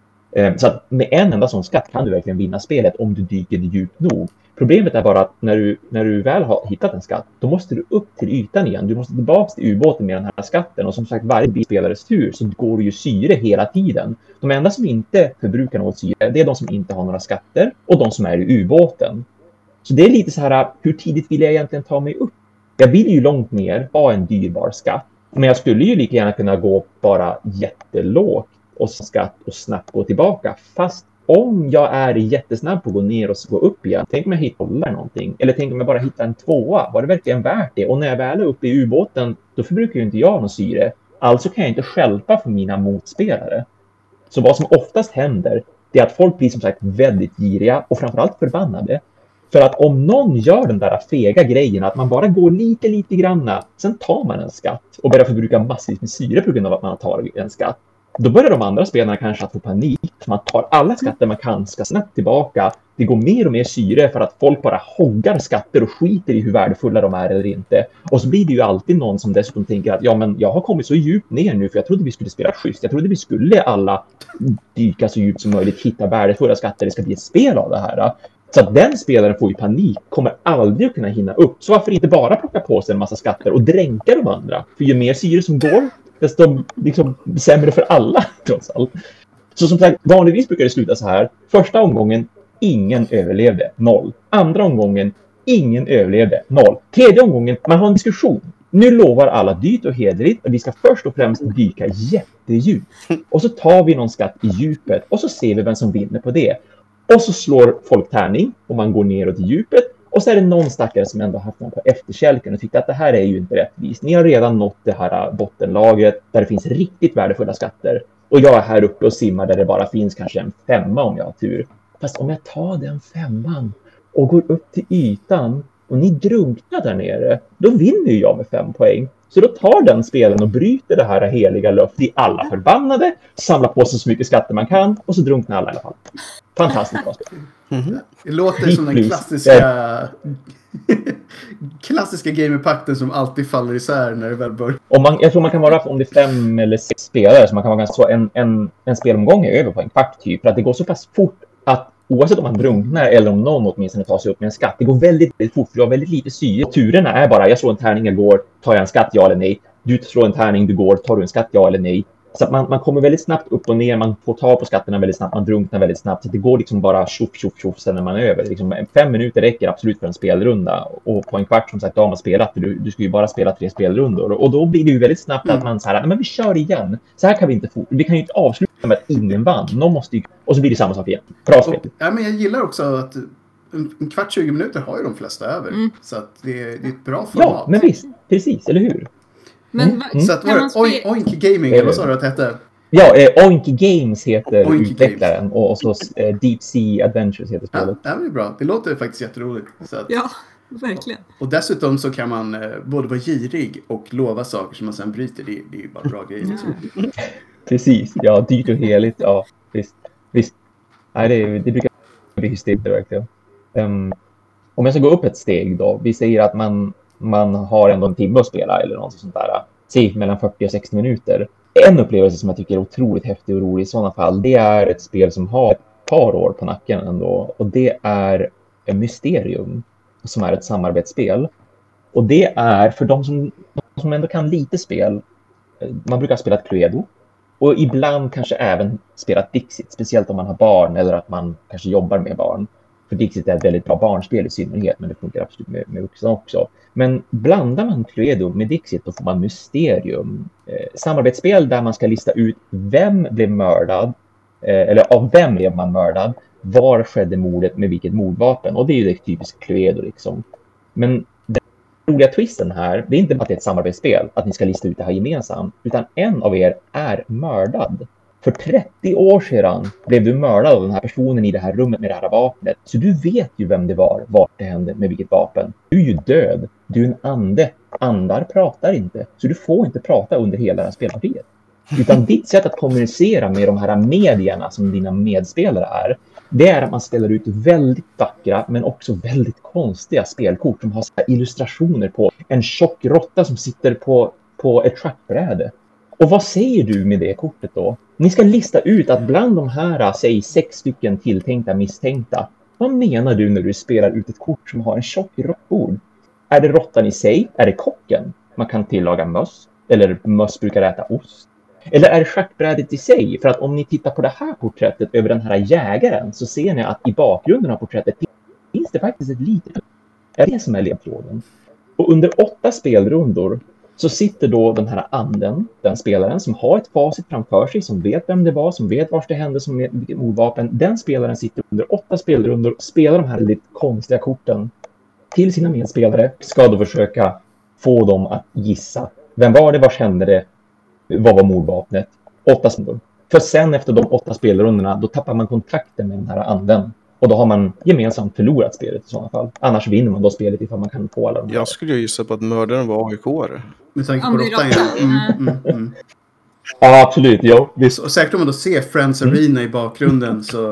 Så att med en enda sån skatt kan du verkligen vinna spelet om du dyker djupt nog. Problemet är bara att när du, när du väl har hittat en skatt, då måste du upp till ytan igen. Du måste tillbaka till ubåten med den här skatten. Och som sagt, varje spelares tur så går det ju syre hela tiden. De enda som inte förbrukar något syre, det är de som inte har några skatter och de som är i ubåten. Så det är lite så här, hur tidigt vill jag egentligen ta mig upp? Jag vill ju långt mer ha en dyrbar skatt. Men jag skulle ju lika gärna kunna gå bara jättelågt och skatt och snabbt gå tillbaka. Fast om jag är jättesnabb på att gå ner och gå upp igen, tänk mig hitta någonting. Eller tänk mig bara hitta en tvåa. Var det verkligen värt det? Och när jag väl är uppe i ubåten, då förbrukar ju inte jag någon syre. Alltså kan jag inte stjälpa för mina motspelare. Så vad som oftast händer, det är att folk blir som sagt väldigt giriga och framförallt förbannade. För att om någon gör den där fega grejen att man bara går lite, lite granna, sen tar man en skatt och börjar förbruka massivt med syre på grund av att man tar en skatt. Då börjar de andra spelarna kanske att få panik. Man tar alla skatter man kan, ska snabbt tillbaka. Det går mer och mer syre för att folk bara hoggar skatter och skiter i hur värdefulla de är eller inte. Och så blir det ju alltid någon som dessutom tänker att ja, men jag har kommit så djupt ner nu för jag trodde vi skulle spela schysst. Jag trodde vi skulle alla dyka så djupt som möjligt, hitta värdefulla skatter. Det ska bli ett spel av det här. Så att den spelaren får ju panik, kommer aldrig att kunna hinna upp. Så varför inte bara plocka på sig en massa skatter och dränka de andra? För ju mer syre som går, desto liksom sämre för alla, trots allt. Så som sagt, vanligtvis brukar det sluta så här. Första omgången, ingen överlevde, noll. Andra omgången, ingen överlevde, noll. Tredje omgången, man har en diskussion. Nu lovar alla dyrt och hederligt att vi ska först och främst dyka jättedjupt. Och så tar vi någon skatt i djupet och så ser vi vem som vinner på det. Och så slår folk tärning och man går neråt i djupet. Och så är det någon stackare som ändå haft någon på efterkälken och tyckte att det här är ju inte rättvist. Ni har redan nått det här bottenlagret där det finns riktigt värdefulla skatter. Och jag är här uppe och simmar där det bara finns kanske en femma om jag har tur. Fast om jag tar den femman och går upp till ytan och ni drunknar där nere, då vinner ju jag med fem poäng. Så då tar den spelen och bryter det här heliga löftet i alla förbannade, samlar på sig så mycket skatter man kan och så drunknar alla i alla fall. Fantastiskt bra spel. Mm-hmm. Det låter som den klassiska klassiska gamerpakten som alltid faller isär när det väl börjar. Om man, jag tror man kan vara, om det är fem eller sex spelare, så man kan vara ganska så en, en, en spelomgång är över på en kvart typ. För att det går så pass fort att oavsett om man drunknar eller om någon åtminstone tar sig upp med en skatt, det går väldigt, väldigt fort för du har väldigt lite syre. Turerna är bara, jag slår en tärning, jag går, tar jag en skatt, ja eller nej. Du slår en tärning, du går, tar du en skatt, ja eller nej. Så att man, man kommer väldigt snabbt upp och ner, man får ta på skatterna väldigt snabbt, man drunknar väldigt snabbt. Så det går liksom bara tjoff, tjoff, tjoff sen när man är över. Liksom fem minuter räcker absolut för en spelrunda. Och på en kvart som sagt, då har man spelat, för du, du ska ju bara spela tre spelrundor. Och då blir det ju väldigt snabbt att man så här, men vi kör igen. Så här kan vi inte få, vi kan ju inte avsluta med att ingen vann. Någon måste ju, och så blir det samma sak igen. Bra spel. Och, ja, men jag gillar också att en, en kvart, tjugo minuter har ju de flesta över. Mm. Så att det, det är ett bra format. Ja, men visst. Precis, eller hur? Men Mm, va, mm. Så att kan var man det Oink, spela... Oink Gaming, eller vad sa du att det hette? Ja, eh, Oink Games heter Oink utvecklaren och, och så eh, Deep Sea Adventures heter Ja, spelet. det är bra. Det låter faktiskt jätteroligt. Så att, Ja, verkligen. och dessutom så kan man eh, både vara girig och lova saker som man sen bryter. Det, det är ju bara bra grejer. Liksom. Precis, ja, dyrt och heligt, ja, visst. visst. Nej, det, det brukar bli hysteriskt verkligen. Um, om jag ska gå upp ett steg då, vi säger att man, man har ändå en timme att spela eller något sånt där, säg mellan fyrtio och sextio minuter. En upplevelse som jag tycker är otroligt häftig och rolig i sådana fall, det är ett spel som har ett par år på nacken ändå, och det är Mysterium, som är ett samarbetsspel. Och det är för de som, de som ändå kan lite spel, man brukar spela ett Cluedo. Och ibland kanske även spela Dixit, speciellt om man har barn eller att man kanske jobbar med barn. För Dixit är ett väldigt bra barnspel i synnerhet, men det funkar absolut med, med vuxna också. Men blandar man Cluedo med Dixit, då får man Mysterium. Eh, samarbetsspel där man ska lista ut vem blev mördad, eh, eller av vem blev man mördad, var skedde mordet med vilket mordvapen. Och det är ju det typiska Cluedo liksom. Men den roliga twisten här, det är inte bara att det är ett samarbetsspel, att ni ska lista ut det här gemensamt, utan en av er är mördad. För trettio år sedan blev du mördad av den här personen i det här rummet med det här vapnet. Så du vet ju vem det var, vart det hände, med vilket vapen. Du är ju död. Du är en ande. Andar pratar inte. Så du får inte prata under hela det här spelpartiet. Utan ditt sätt att kommunicera med de här medierna som dina medspelare är, det är att man ställer ut väldigt vackra men också väldigt konstiga spelkort som har så här illustrationer på en tjock råtta som sitter på, på ett schackbräde. Och vad säger du med det kortet då? Ni ska lista ut att bland de här, säg sex stycken tilltänkta misstänkta, vad menar du när du spelar ut ett kort som har en tjock råttbord? Är det råttan i sig? Är det kocken? Man kan tillaga möss. Eller möss brukar äta ost. Eller är det schackbrädet i sig? För att om ni tittar på det här porträttet över den här jägaren, så ser ni att i bakgrunden av porträttet finns det faktiskt ett litet... Är det som är ledtråden? Och under åtta spelrundor så sitter då den här anden, den spelaren som har ett facit framför sig, som vet vem det var, som vet vart det hände, som vet vilket mordvapen. Den spelaren sitter under åtta spelrundor och spelar de här lite konstiga korten till sina medspelare. Ska då försöka få dem att gissa. Vem var det, vars hände det, vad var mordvapnet? Åtta spelrundor. För sen efter de åtta spelrundorna, då tappar man kontakten med den här anden. Och då har man gemensamt förlorat spelet i sådana fall. Annars vinner man då spelet ifall man kan få alla de här. Jag skulle ju gissa på att mördaren var A I K-are. Med tanke på råttan, ja. Mm, mm, mm. Ja, absolut. Jo, visst. Och säkert om man då ser Friends Arena i bakgrunden så...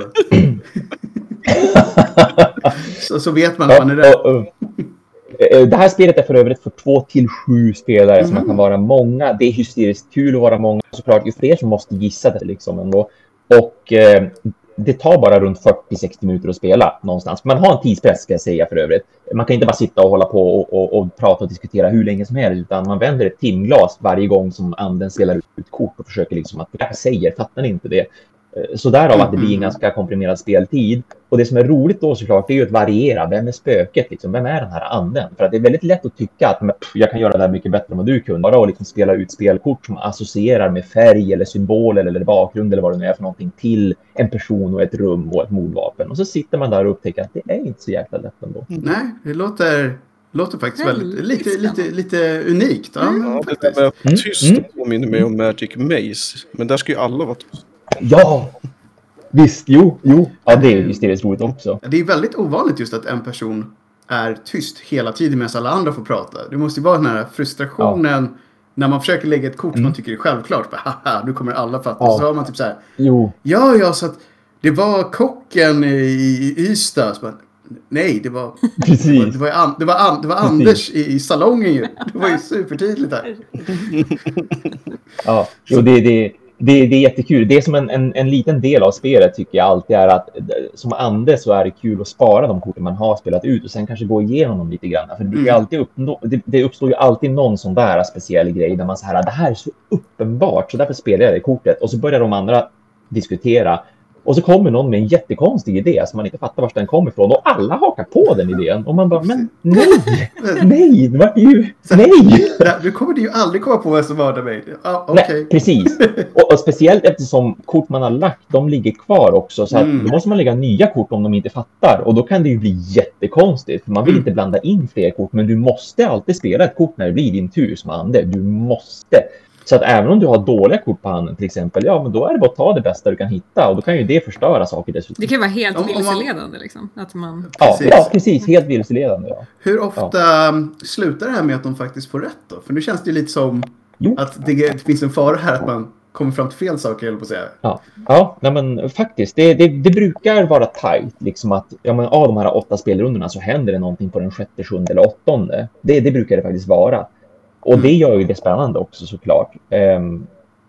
så, så vet man att man är rätt. Ja, och, och, det här spelet är för övrigt för två till sju spelare, mm. så man kan vara många. Det är hysteriskt kul att vara många. Såklart, ju fler som måste gissa det liksom ändå. Och... Eh, det tar bara runt fyrtio till sextio minuter att spela någonstans. Man har en tidspress, ska jag säga för övrigt. Man kan inte bara sitta och hålla på och, och, och prata och diskutera hur länge som helst, utan man vänder ett timglas varje gång som anden spelar ut kort och försöker liksom att, det här säger, fattar ni inte det? Så därav att det blir en ganska komprimerad speltid. Och det som är roligt då såklart, det är ju att variera. Vem är spöket? Liksom? Vem är den här anden? För att det är väldigt lätt att tycka att pff, jag kan göra det här mycket bättre än vad du kunde. Bara att liksom spela ut spelkort som associerar med färg eller symboler eller bakgrund eller vad det nu är för någonting till en person och ett rum och ett mordvapen. Och så sitter man där och upptäcker att det är inte så jäkla lätt ändå. Mm. Nej, det låter... Låter faktiskt väldigt, lite, lite, lite unikt. Ja, mm. ja, det där med tyst mm. påminner mig om Magic Maze. Men där ska ju alla vara tyst. Ja, visst, jo, jo. Ja, det är ju hysteriskt roligt också. Det är väldigt ovanligt just att en person är tyst hela tiden medan alla andra får prata. Det måste ju vara den här frustrationen ja. När man försöker lägga ett kort som mm. man tycker är självklart. Haha, nu kommer alla fatta. Ja. Så har man typ så här. Jo. Ja, ja, så att det var kocken i Ystad. Så man, nej, det var Precis. det var, det var, an, det var, an, det var Anders i, i salongen ju. Det var ju supertydligt här. Ja, jo, det, det, det, det är jättekul. Det är som en, en, en liten del av spelet tycker jag alltid är att som ande så är det kul att spara de korten man har spelat ut och sen kanske gå igenom dem lite grann. För det, mm. alltid uppnå, det, det uppstår ju alltid någon sån där speciell grej där man så här, det här är så uppenbart så därför spelar jag det kortet. Och så börjar de andra diskutera. Och så kommer någon med en jättekonstig idé som man inte fattar var den kommer ifrån. Och alla hakar på den idén. Och man bara, men nej, nej, det var ju, nej. Du kommer ju aldrig komma på vem som mördar mig. Ah, okay. Nej, precis. Och, och speciellt eftersom kort man har lagt, de ligger kvar också. Så att mm. då måste man lägga nya kort om de inte fattar. Och då kan det ju bli jättekonstigt. För man vill mm. inte blanda in fler kort. Men du måste alltid spela ett kort när det blir din tur som ande. Du måste. Så att även om du har dåliga kort på handen till exempel, ja men då är det bara att ta det bästa du kan hitta och då kan ju det förstöra saker dessutom. Det kan ju vara helt om, vilseledande man... liksom. Att man... ja, precis. ja, precis. Helt vilseledande, ja. Hur ofta ja. slutar det här med att de faktiskt får rätt då? För nu känns det ju lite som jo. att det, det finns en fara här att man kommer fram till fel saker, eller på att säga. Ja, ja nej, men faktiskt. Det, det, det brukar vara tajt, liksom att ja, men, av de här åtta spelrundorna så händer det någonting på den sjätte, sjunde eller åttonde. Det, det brukar det faktiskt vara. Och det gör ju det spännande också såklart. Um,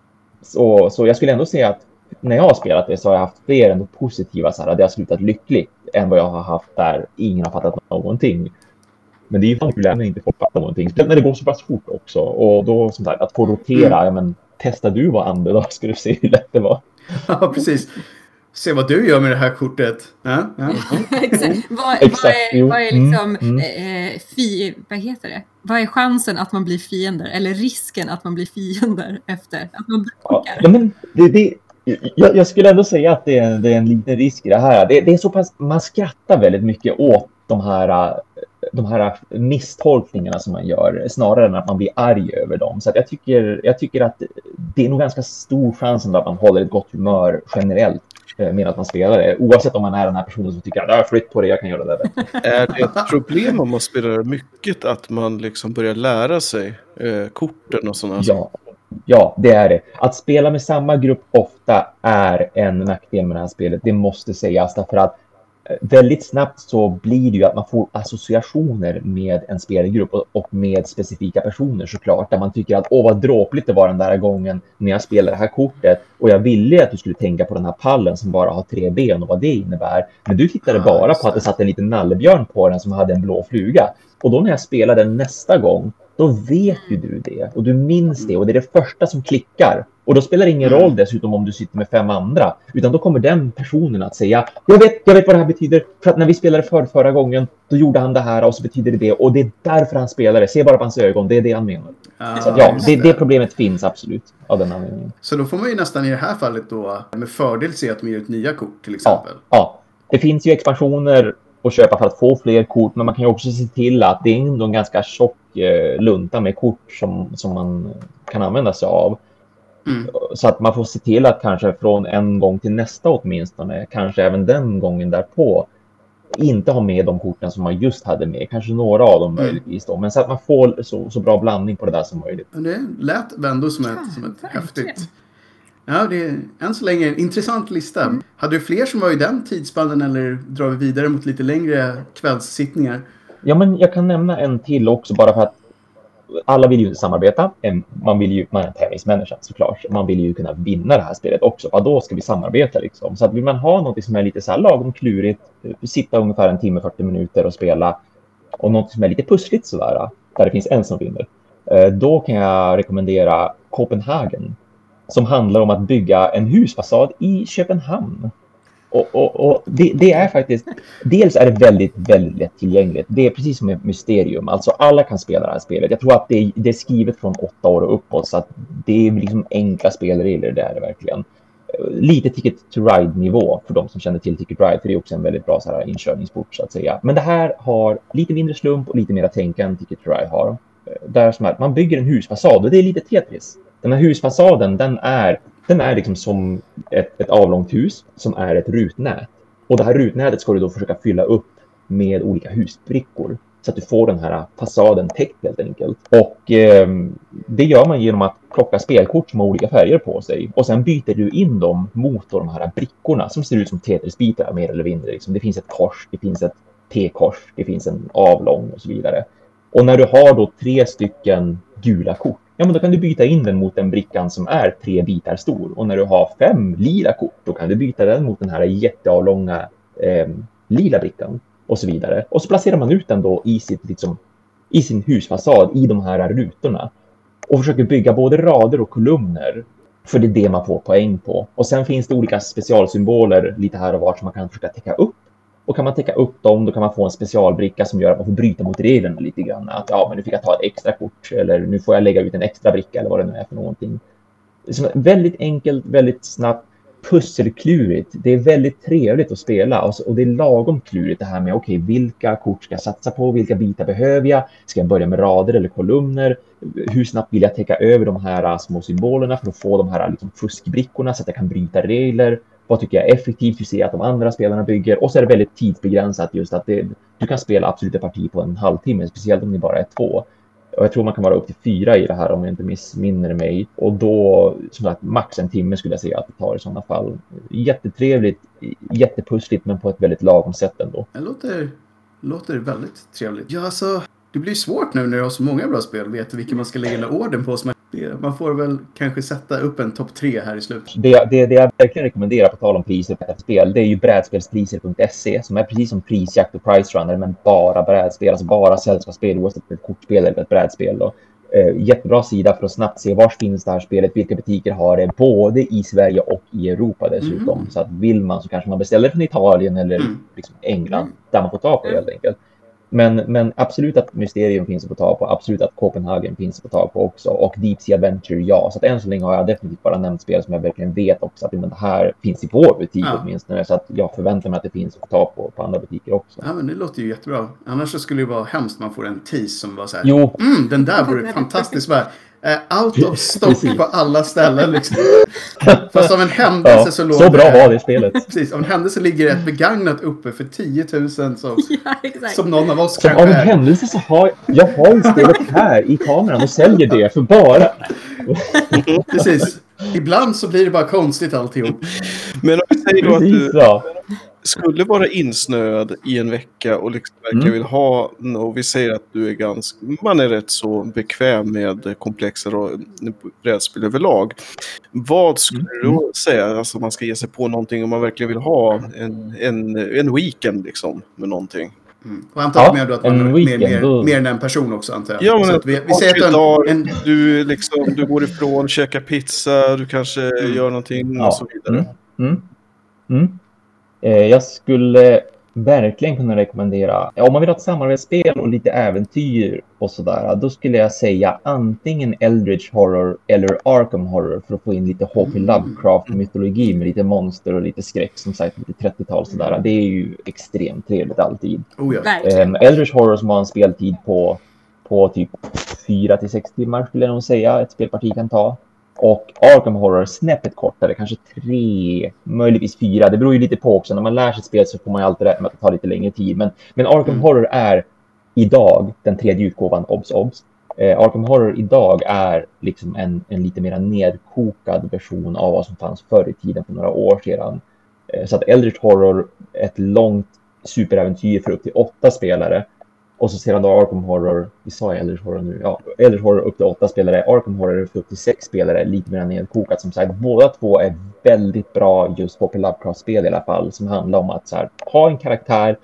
så, så jag skulle ändå säga att när jag har spelat det så har jag haft fler ändå positiva så här, det har slutat lyckligt än vad jag har haft där ingen har fattat någonting. Men det är ju fan kul när inte folk fattar någonting. När det går så pass fort också. Och då som sagt, att få rotera, mm. ja, men testa du vad ande då ska du se hur lätt det var. Ja, precis. Se vad du gör med det här kortet. Ja, ja. Exakt. Vad, Exakt. Vad, är, vad är liksom mm. eh, fi, vad heter det? Vad är chansen att man blir fiender? Eller risken att man blir fiender efter att man brukar? Ja, men det, det, jag, jag skulle ändå säga att det är, det är en liten risk i det här. Det, det är så pass, man skrattar väldigt mycket åt de här, de här misstolkningarna som man gör, snarare än att man blir arg över dem. Så att jag, tycker, jag tycker att det är nog ganska stor chans att man håller ett gott humör generellt med att man spelar det, oavsett om man är den här personen som tycker att jag har flytt på det, jag kan göra det bättre. Är det ett problem om man spelar mycket att man liksom börjar lära sig eh, korten och sådana? Ja, ja, det är det. Att spela med samma grupp ofta är en nackdel med det här spelet, det måste sägas, därför att väldigt snabbt så blir det ju att man får associationer med en spelgrupp och med specifika personer såklart, där man tycker att åh vad dråpligt det var den där gången när jag spelade det här kortet och jag ville att du skulle tänka på den här pallen som bara har tre ben och vad det innebär, men du tittade bara på att det satt en liten nallebjörn på den som hade en blå fluga, och då när jag spelade den nästa gång då vet ju du det och du minns det och det är det första som klickar. Och då spelar det ingen roll dessutom om du sitter med fem andra, utan då kommer den personen att säga jag vet, jag vet vad det här betyder, för att när vi spelade för förra gången då gjorde han det här och så betyder det det och det är därför han spelar det. Se bara på hans ögon, det är det han menar. Ah, så att, ja, det, det problemet finns absolut av den anledningen. Så då får man ju nästan i det här fallet då med fördel se att de ger ut nya kort till exempel. Ja, ja. Det finns ju expansioner att köpa för att få fler kort, men man kan ju också se till att det är ändå en ganska tjock eh, lunta med kort som, som man kan använda sig av. Mm. Så att man får se till att kanske från en gång till nästa åtminstone, kanske även den gången därpå, inte ha med de korten som man just hade med. Kanske några av dem mm. möjligtvis då. Men så att man får så, så bra blandning på det där som möjligt. Det lät ändå som ett, som ett häftigt... Ja, det är än så länge en intressant lista. Mm. Hade du fler som var i den tidsspannen eller drar vi vidare mot lite längre kvällssittningar? Ja, men jag kan nämna en till också bara för att alla vill ju inte samarbeta. Man vill ju, man är en tävlingsmänniska såklart. Man vill ju kunna vinna det här spelet också. Vad då ska vi samarbeta liksom? Så att vill man ha något som är lite så här lagom klurigt, sitta ungefär en timme, fyrtio minuter och spela, och något som är lite pussligt sådär, där det finns en som vinner, då kan jag rekommendera Copenhagen, som handlar om att bygga en husfasad i Köpenhamn. Och, och, och det, det är faktiskt, dels är det väldigt, väldigt lättillgängligt. Det är precis som ett mysterium. Alltså alla kan spela det här spelet. Jag tror att det, det är skrivet från åtta år och uppåt, så att det är liksom enkla spelregler, det är det verkligen. Lite Ticket to Ride-nivå för de som känner till Ticket to Ride, för det är också en väldigt bra så här inkörningsport så att säga. Men det här har lite mindre slump och lite mer tänka än Ticket to Ride har. Där som att man bygger en husfasad och det är lite Tetris. Den här husfasaden, den är, den är liksom som ett, ett avlångt hus som är ett rutnät. Och det här rutnätet ska du då försöka fylla upp med olika husbrickor, så att du får den här fasaden täckt helt enkelt. Och eh, det gör man genom att plocka spelkort som har olika färger på sig. Och sen byter du in dem mot de här brickorna som ser ut som Tetrisbitar mer eller mindre. Liksom. Det finns ett kors, det finns ett T-kors, det finns en avlång och så vidare. Och när du har då tre stycken gula kort, ja men då kan du byta in den mot en brickan som är tre bitar stor. Och när du har fem lila kort, då kan du byta den mot den här jätteavlånga eh, lila brickan och så vidare. Och så placerar man ut den då i, sitt, liksom, i sin husfasad i de här rutorna. Och försöker bygga både rader och kolumner För det är det man får poäng på. Och sen finns det olika specialsymboler lite här och var som man kan försöka täcka upp. Och kan man täcka upp dem, då kan man få en specialbricka som gör att man får bryta mot reglerna lite grann. Att ja, men nu fick jag ta ett extra kort, eller nu får jag lägga ut en extra bricka, eller vad det nu är för någonting. Så väldigt enkelt, väldigt snabbt, pusselklurigt. Det är väldigt trevligt att spela. Och det är lagom klurigt det här med, okej, okay, vilka kort ska jag satsa på? Vilka bitar behöver jag? Ska jag börja med rader eller kolumner? Hur snabbt vill jag täcka över de här små symbolerna för att få de här liksom, fuskbrickorna så att jag kan bryta regler? Vad tycker jag är effektivt? Hur ser jag att de andra spelarna bygger? Och så är det väldigt tidsbegränsat just att det, du kan spela absolut ett parti på en halvtimme, speciellt om ni bara är två. Och jag tror man kan vara upp till fyra i det här om jag inte missminner mig. Och då, som sagt, max en timme skulle jag säga att det tar i sådana fall. Jättetrevligt, jättepussligt, men på ett väldigt lagom sätt ändå. Det låter, låter väldigt trevligt. Ja, alltså, det blir svårt nu när du har så många bra spel. Vet du vilka man ska lägga in orden på? Man får väl kanske sätta upp en topp tre här i slutet. Det, det, det jag verkligen rekommenderar på tal om priser på ett spel, det är ju brädspelspriser punkt se som är precis som Prisjakt och Price Runner, men bara brädspel, alltså bara sällskapsspel oavsett ett kortspel eller ett brädspel. Då. Eh, jättebra sida för att snabbt se var finns det här spelet, vilka butiker har det, både i Sverige och i Europa dessutom. Mm. Så att vill man så kanske man beställer från Italien eller mm. liksom England, mm. där man får ta på det helt enkelt. Men, men absolut att Mysterium finns att få tag på. Absolut att Copenhagen finns att få tag på också. Och Deep Sea Adventure, ja. Så att än så länge har jag definitivt bara nämnt spel som jag verkligen vet också att det här finns i vår butik ja. åtminstone. Så att jag förväntar mig att det finns att få tag på på andra butiker också. Ja, men det låter ju jättebra. Annars så skulle det vara hemskt man får en tease som var så här. Jo. Mm, den där vore fantastisk. Bara, uh, out of stock på alla ställen liksom. Fast av en händelse ja, så låg så bra var det spelet. Precis, av en händelse ligger ett begagnat uppe för tio tusen som, ja, exakt. som någon av oss som kanske av en händelse så har jag har ju spelet här i kameran och säljer det för bara. Precis. Ibland så blir det bara konstigt alltihop. Men om vi säger då att Precis, du ja. skulle vara insnöd i en vecka och liksom verkligen mm. vill ha, och vi säger att du är ganska, man är rätt så bekväm med komplexa och brädspel överlag. Vad skulle mm. du då säga, alltså man ska ge sig på någonting om man verkligen vill ha en, en, en weekend liksom med någonting? Mm. Och antar ja, med att man är mer, mer, mer än en person också, antar jag. Ja, men så att vi, vi säger att en, en... Du, liksom, du går ifrån, käkar pizza, du kanske mm. gör någonting ja. och så vidare. Mm. Mm. Mm. Eh, jag skulle verkligen kunna rekommendera, ja, om man vill ha ett samarbetsspel och lite äventyr och sådär, då skulle jag säga antingen Eldritch Horror eller Arkham Horror för att få in lite H P Lovecraft-mytologi med lite monster och lite skräck, som sagt lite trettiotal sådär. Det är ju extremt trevligt alltid. Oh, ja. eh, Eldritch Horror som har en speltid på, på typ fyra till sex timmar skulle jag nog säga ett spelparti kan ta. Och Arkham Horror snäppet kortare, kanske tre, möjligtvis fyra. Det beror ju lite på också. När man lär sig spel så får man ju alltid rätt med att det tar lite längre tid. Men, men Arkham mm. Horror är idag den tredje utgåvan, obs, obs. Eh, Arkham Horror idag är liksom en, en lite mer nedkokad version av vad som fanns förr i tiden för några år sedan. Eh, så att Eldritch Horror, ett långt superäventyr för upp till åtta spelare. Och så sedan då Arkham Horror, vi sa Eldritch Horror nu, ja, Eldritch Horror upp till åtta spelare, Arkham Horror upp till sex spelare, lite mer nedkokat som sagt. Båda två är väldigt bra just på Lovecraft-spel i alla fall, som handlar om att så här, ha en karaktär,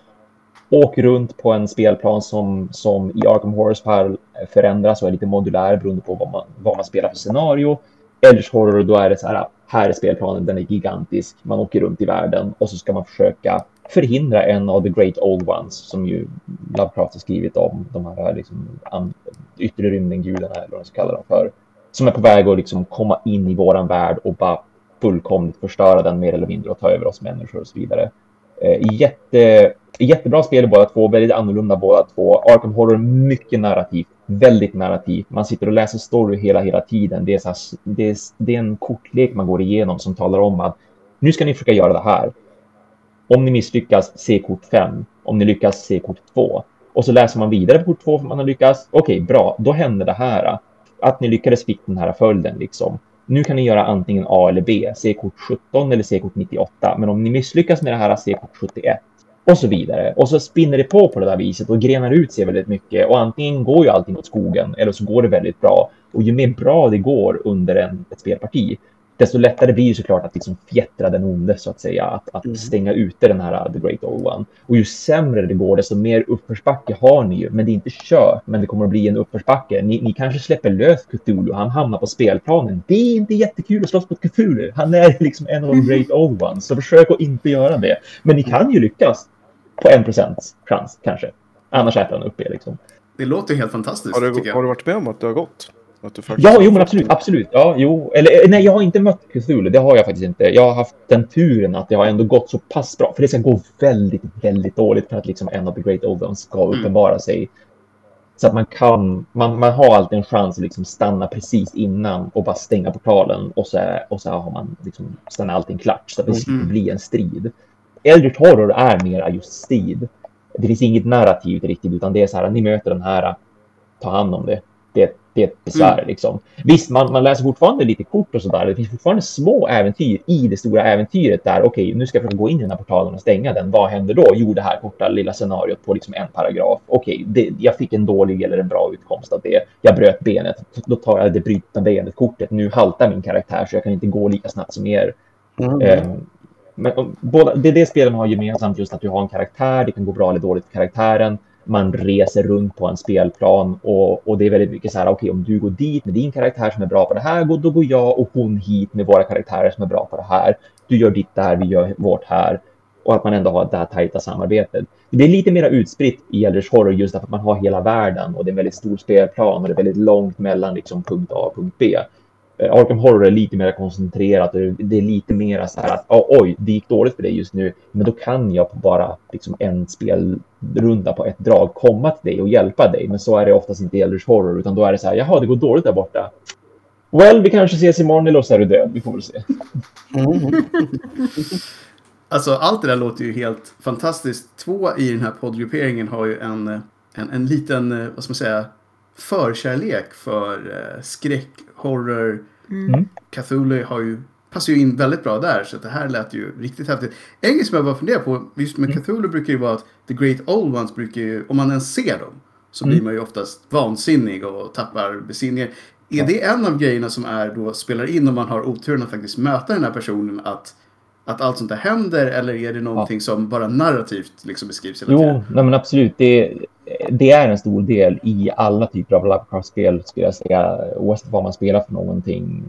åk runt på en spelplan som, som i Arkham Horrors fall förändras och är lite modulär beroende på vad man, vad man spelar för scenario. Eldritch Horror, då är det så här, här är spelplanen, den är gigantisk, man åker runt i världen och så ska man försöka förhindra en av the great old ones som ju Lovecraft har skrivit om, de här liksom yttre rymdengudarna eller vad de ska kalla dem för, som är på väg att liksom komma in i våran värld och bara fullkomligt förstöra den mer eller mindre och ta över oss människor och så vidare. Eh, jätte, jättebra spel båda två, väldigt annorlunda båda två. Arkham Horror mycket narrativt, väldigt narrativt. Man sitter och läser story hela hela tiden. Det är, så här, det är, det är en kortlek man går igenom som talar om att nu ska ni försöka göra det här. Om ni misslyckas, se kort fem. Om ni lyckas, se kort två. Och så läser man vidare på kort två för man har lyckats. Okej, okay, bra. Då händer det här. Att ni lyckades fick den här följden liksom. Nu kan ni göra antingen A eller B. Se kort sjutton eller se kort nittioåtta. Men om ni misslyckas med det här, se kort sjuttioett. Och så vidare. Och så spinner det på på det där viset och grenar ut sig väldigt mycket. Och antingen går ju allting åt skogen eller så går det väldigt bra. Och ju mer bra det går under en, ett spelparti, desto lättare blir ju såklart att liksom fjättra den onde så att säga, att, att Mm. stänga ute den här The Great Old One. Och ju sämre det går, desto mer uppförsbacke har ni ju, men det är inte kört, men det kommer att bli en uppförsbacke. Ni, ni kanske släpper lös Cthulhu, han hamnar på spelplanen. Det är inte jättekul att slåss mot Cthulhu, han är liksom en av de Great Old Ones, så försök att inte göra det. Men ni kan ju lyckas på en procents chans kanske, annars äter han upp er liksom. Det låter helt fantastiskt, Har du, tycker jag. har du varit med om att du har gått? Att du faktiskt Ja, har jo, men fått- absolut, absolut. Ja, jo. Eller, nej, jag har inte mött Cthulhu, det har jag faktiskt inte. Jag har haft den turen att det har ändå gått så pass bra. För det ska gå väldigt, väldigt dåligt för att liksom en av the Great Old Ones ska uppenbara sig. Så att man kan, man, man har alltid en chans att liksom stanna precis innan och bara stänga portalen. Och så, är, och så har man liksom stannat allting klart så att det ska bli en strid. Eldritch Horror är mera just strid. Det finns inget narrativt riktigt, utan det är så här, ni möter den här, ta hand om det. Det, det är ett besvär mm. liksom. Visst, man, man läser fortfarande lite kort och sådär. Det finns fortfarande små äventyr i det stora äventyret där. Okej, okay, nu ska jag försöka gå in i den här portalen och stänga den. Vad händer då? Jo, det här korta lilla scenariot på liksom en paragraf. Okej, okay, jag fick en dålig eller en bra utkomst av det. Jag bröt benet. Då tar jag det bryta benet kortet. Nu haltar min karaktär så jag kan inte gå lika snabbt som er. Mm. Um, men båda, det, det spelen har gemensamt just att du har en karaktär. Det kan gå bra eller dåligt för karaktären. Man reser runt på en spelplan och, och det är väldigt mycket så här, okej, okay, om du går dit med din karaktär som är bra på det här, då går jag och hon hit med våra karaktärer som är bra på det här. Du gör ditt där, vi gör vårt här. Och att man ändå har det här tajta samarbetet. Det blir lite mer utspritt i Eldritch Horror just därför att man har hela världen och det är en väldigt stor spelplan och det är väldigt långt mellan liksom punkt A och punkt B. Arkham Horror är lite mer koncentrerat och det är lite mer så här att oh, oj, det gick dåligt för dig just nu, men då kan jag på bara liksom en spelrunda på ett drag komma till dig och hjälpa dig. Men så är det oftast inte i Eldritch Horror, utan då är det så här, jaha, det går dåligt där borta. Well, vi kanske ses imorgon eller så är du död, vi får väl se. Mm. Alltså, allt det där låter ju helt fantastiskt. Två i den här poddgrupperingen har ju en, en, en liten, vad ska man säga, förkärlek för eh, skräck, horror. Mm. Cthulhu har ju, passar ju in väldigt bra där, så att det här lät ju riktigt häftigt. En grej som jag bara funderar på, just med Cthulhu brukar ju vara att The Great Old Ones brukar ju, om man ens ser dem, så mm. blir man ju oftast vansinnig och tappar besinningen. Är ja. det en av grejerna som är då spelar in om man har oturen att faktiskt möta den här personen, att att allt sånt där händer, eller är det någonting ja. som bara narrativt liksom beskrivs hela tiden? Jo, nej men absolut. Det, det är en stor del i alla typer av Lovecraft-spel, skulle jag säga, oavsett vad man spelar för någonting.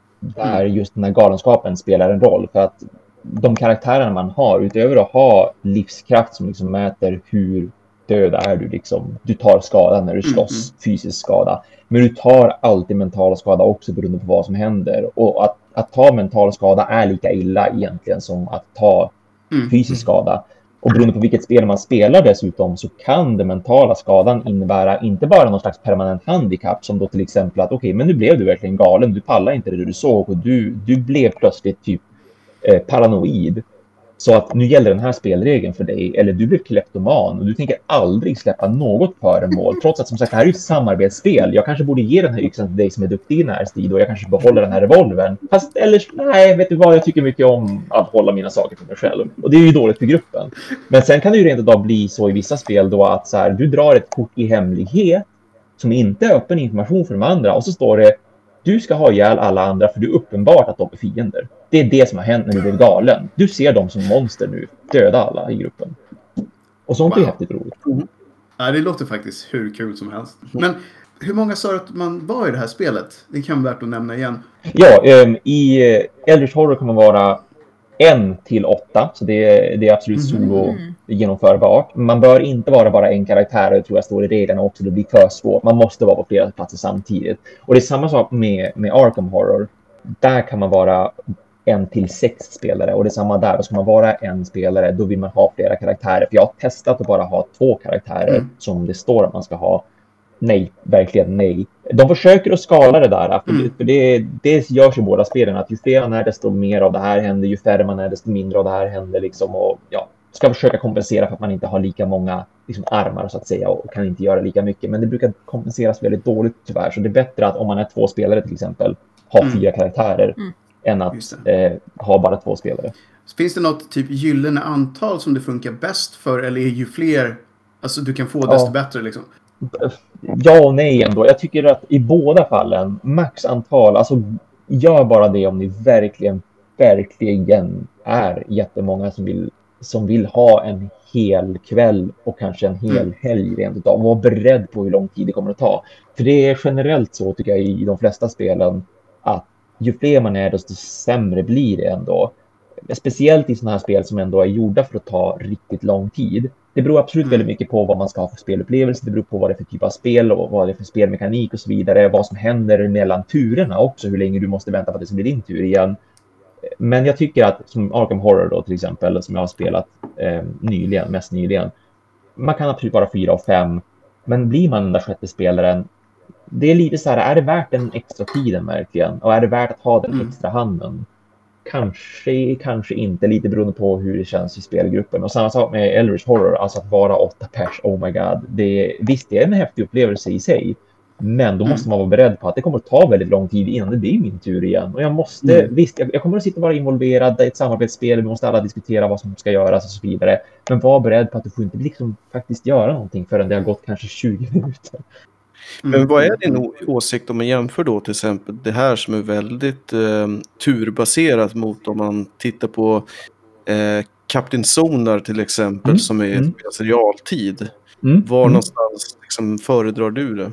Där mm. just den här galenskapen spelar en roll. För att de karaktärerna man har, utöver att ha livskraft som liksom mäter hur död är du, liksom. Du tar skada när du slåss, mm. fysisk skada. Men du tar alltid mental skada också beroende på vad som händer. Och att, att ta mental skada är lika illa egentligen som att ta mm. fysisk skada. Och beroende på vilket spel man spelar dessutom, så kan den mentala skadan innebära inte bara någon slags permanent handikapp, som då till exempel att okej, okay, men nu blev du verkligen galen, du pallar inte det du såg och du, du blev plötsligt typ eh, paranoid. Så att nu gäller den här spelregeln för dig, eller du blir kleptoman och du tänker aldrig släppa något föremål, trots att som sagt det här är ju ett samarbetsspel. Jag kanske borde ge den här yxan till dig som är duktig i den här stil och jag kanske behåller den här revolvern. Fast eller nej, vet du vad, jag tycker mycket om att hålla mina saker för mig själv. Och det är ju dåligt för gruppen. Men sen kan det ju rent idag bli så i vissa spel då att så här, du drar ett kort i hemlighet som inte är öppen information för de andra och så står det: du ska ha ihjäl alla andra för det är uppenbart att de är fiender. Det är det som har hänt när du blev galen. Du ser dem som monster nu. Döda alla i gruppen. Och sånt wow. är häftigt roligt. Mm. Ja, det låter faktiskt hur kul som helst. Men hur många sa att man var i det här spelet? Det kan vara värt att nämna igen. Ja, um, i uh, Eldritch Horror kan man vara en till åtta. Så det är, det är absolut solo mm. genomförbart. Man bör inte vara bara en karaktär. Det tror jag står i reglerna också. Det blir för svårt. Man måste vara på flera platser samtidigt. Och det är samma sak med, med Arkham Horror. Där kan man vara en till sex spelare. Och det är samma där. Och ska man vara en spelare, då vill man ha flera karaktärer. För jag har testat att bara ha två karaktärer mm. som det står att man ska ha. Nej, verkligen nej. De försöker att skala det där. För, mm. för det, det görs i båda spelen. Att ju fler man är, desto mer av det här händer. Ju färre man är, desto mindre av det här händer. Liksom, och ja, ska försöka kompensera för att man inte har lika många liksom, armar så att säga. Och kan inte göra lika mycket. Men det brukar kompenseras väldigt dåligt tyvärr. Så det är bättre att om man är två spelare till exempel, ha mm. fyra karaktärer. Mm. Än att eh, ha bara två spelare. Finns det något typ gyllene antal som det funkar bäst för? Eller är ju fler, alltså du kan få desto ja. bättre liksom? Ja och nej ändå. Jag tycker att i båda fallen, maxantal, alltså gör bara det om ni verkligen, verkligen är jättemånga som vill, som vill ha en hel kväll och kanske en hel mm. helg rent utav. Var beredd på hur lång tid det kommer att ta. För det är generellt så, tycker jag, i de flesta spelen att ju fler man är, desto sämre blir det ändå. Speciellt i sådana här spel som ändå är gjorda för att ta riktigt lång tid. Det beror absolut väldigt mycket på vad man ska ha för spelupplevelse. Det beror på vad det är för typ av spel och vad det är för spelmekanik och så vidare. Vad som händer mellan turerna också. Hur länge du måste vänta på att det ska bli din tur igen. Men jag tycker att, som Arkham Horror då till exempel, som jag har spelat eh, nyligen, mest nyligen. Man kan absolut vara fyra och fem. Men blir man den där sjätte spelaren, det är lite så här, är det värt den extra tiden verkligen? Och är det värt att ha den mm. extra handen? Kanske, kanske inte, lite beroende på hur det känns i spelgruppen. Och samma sak med Eldritch Horror, alltså att vara åtta pers, oh my god. Det, visst, det är en häftig upplevelse i sig. Men då måste mm. man vara beredd på att det kommer att ta väldigt lång tid innan det blir min tur igen. Och jag måste, mm. visst, jag, jag kommer att sitta och vara involverad i ett samarbetsspel. Vi måste alla diskutera vad som ska göras och så vidare. Men var beredd på att du får inte liksom faktiskt göra någonting förrän det har gått kanske tjugo minuter. Men vad är din åsikt om man jämför då till exempel det här som är väldigt eh, turbaserat mot om man tittar på eh, Captain Sonar till exempel mm. som är mm. ett realtid. Mm. Var mm. någonstans liksom, föredrar du det?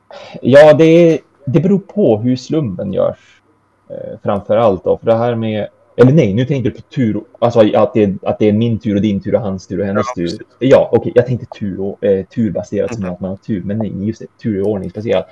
Ja, det, det beror på hur slumpen görs eh, framför allt då. För det här med, eller nej, nu tänkte du på tur, alltså att det, att det är min tur och din tur och hans tur och hennes ja, tur. Precis. Ja, okej, okay, jag tänkte tur och eh, turbaserat som att man har tur, men nej, just det, tur och ordningsbaserat.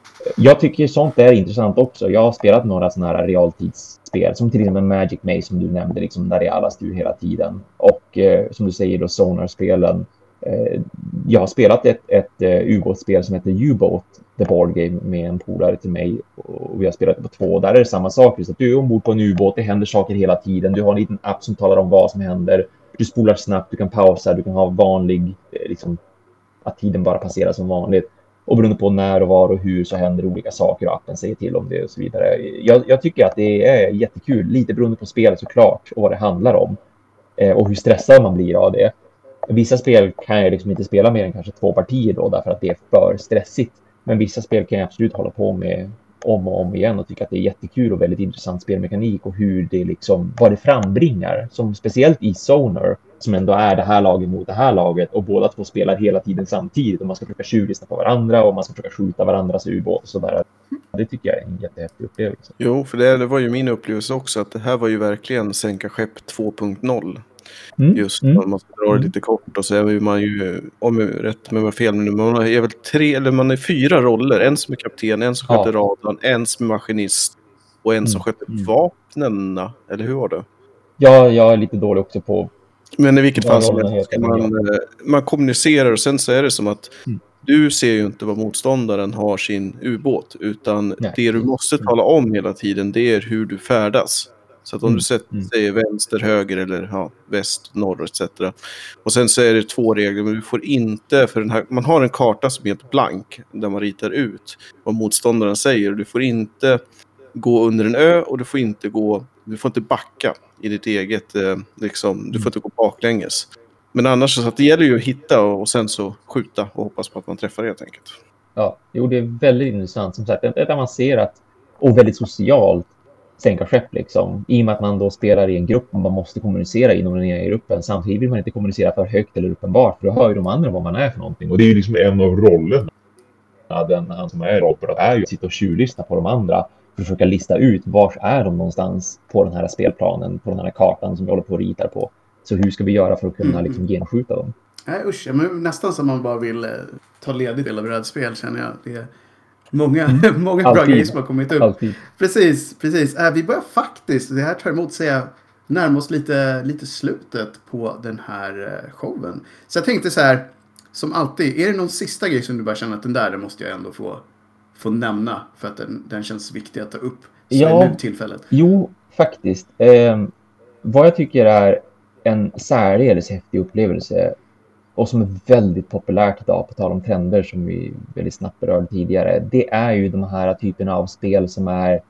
Jag tycker sånt är intressant också. Jag har spelat några sådana här realtidsspel, som till exempel Magic Maze som du nämnde, liksom, där det är allas tur hela tiden. Och eh, som du säger då, Sonar-spelen. Eh, jag har spelat ett, ett uh, ubåtsspel som heter U-Boat, The Board Game, med en polare till mig, och vi har spelat det på två. Där är det samma sak, just att du är ombord på en ubåt, det händer saker hela tiden, du har en liten app som talar om vad som händer, du spolar snabbt, du kan pausa, du kan ha vanlig, liksom, att tiden bara passerar som vanligt, och beroende på när och var och hur så händer olika saker och appen säger till om det och så vidare. Jag, jag tycker att det är jättekul, lite beroende på spelet såklart och vad det handlar om, eh, och hur stressad man blir av det. Vissa spel kan jag liksom inte spela mer än kanske två partier då, därför att det är för stressigt. Men vissa spel kan jag absolut hålla på med om och om igen och tycka att det är jättekul och väldigt intressant spelmekanik och hur det liksom, vad det frambringar. Som speciellt i Sonar, som ändå är det här laget mot det här laget, och båda två spelar hela tiden samtidigt och man ska försöka tjuvlyssna på varandra och man ska försöka skjuta varandras ubåt och sådär. Det tycker jag är en jättehäftig upplevelse. Jo, för det, det var ju min upplevelse också, att det här var ju verkligen Sänka skepp två punkt noll. Mm. Just mm. om man ska dra det lite kort, och så är man ju, om jag är rätt med mig fel, men man är väl tre, eller man är fyra roller. En som är kapten, en som sköter ja. radarn, en som är maskinist och en mm. som sköter mm. vapnen, eller hur var det? Ja, jag är lite dålig också på. Men i vilket fall som helst, man, man kommunicerar, och sen så är det som att mm. du ser ju inte vad motståndaren har sin ubåt, utan Nej. det du måste mm. tala om hela tiden, det är hur du färdas. Så att om mm. du sätter, mm. säger vänster, höger eller ja, väst, norr et cetera. Och sen så är det två regler, men du får inte, för den här, man har en karta som är helt blank där man ritar ut vad motståndaren säger. Du får inte gå under en ö och du får inte gå, du får inte backa i ditt eget, eh, liksom, du får inte gå baklänges. Men annars så att det gäller ju att hitta och, och sen så skjuta och hoppas på att man träffar helt enkelt. Ja, jo, det är väldigt intressant. Som sagt, det är avancerat och väldigt socialt. Sänka skepp liksom. I och med att man då spelar i en grupp och man måste kommunicera inom den nya gruppen. Samtidigt vill man inte kommunicera för högt eller uppenbart, för då hör ju de andra vad man är för någonting. Och det är ju liksom en av rollerna. Ja, den han som är rollprat är ju att sitta och tjuvlyssna på de andra för att försöka lista ut var är de någonstans på den här spelplanen, på den här kartan som vi håller på och ritar på. Så hur ska vi göra för att kunna liksom genskjuta dem? Nej usch, men nästan som man bara vill eh, ta ledigt eller brädspel, känner jag. Det är många, mm. många bra grejer som har kommit upp. Alltid. Precis, precis. Äh, vi börjar faktiskt, det här tar emot säga, närma oss lite, lite slutet på den här eh, showen. Så jag tänkte så här, som alltid, är det någon sista grej som du bara känner att den där, den måste jag ändå få, få nämna för att den, den känns viktig att ta upp så ja, nu tillfället? Jo, faktiskt. Eh, vad jag tycker är en särdeles häftig upplevelse och som är väldigt populärt idag, på tal om trender som vi väldigt snabbt berörde tidigare, det är ju de här typerna av spel som är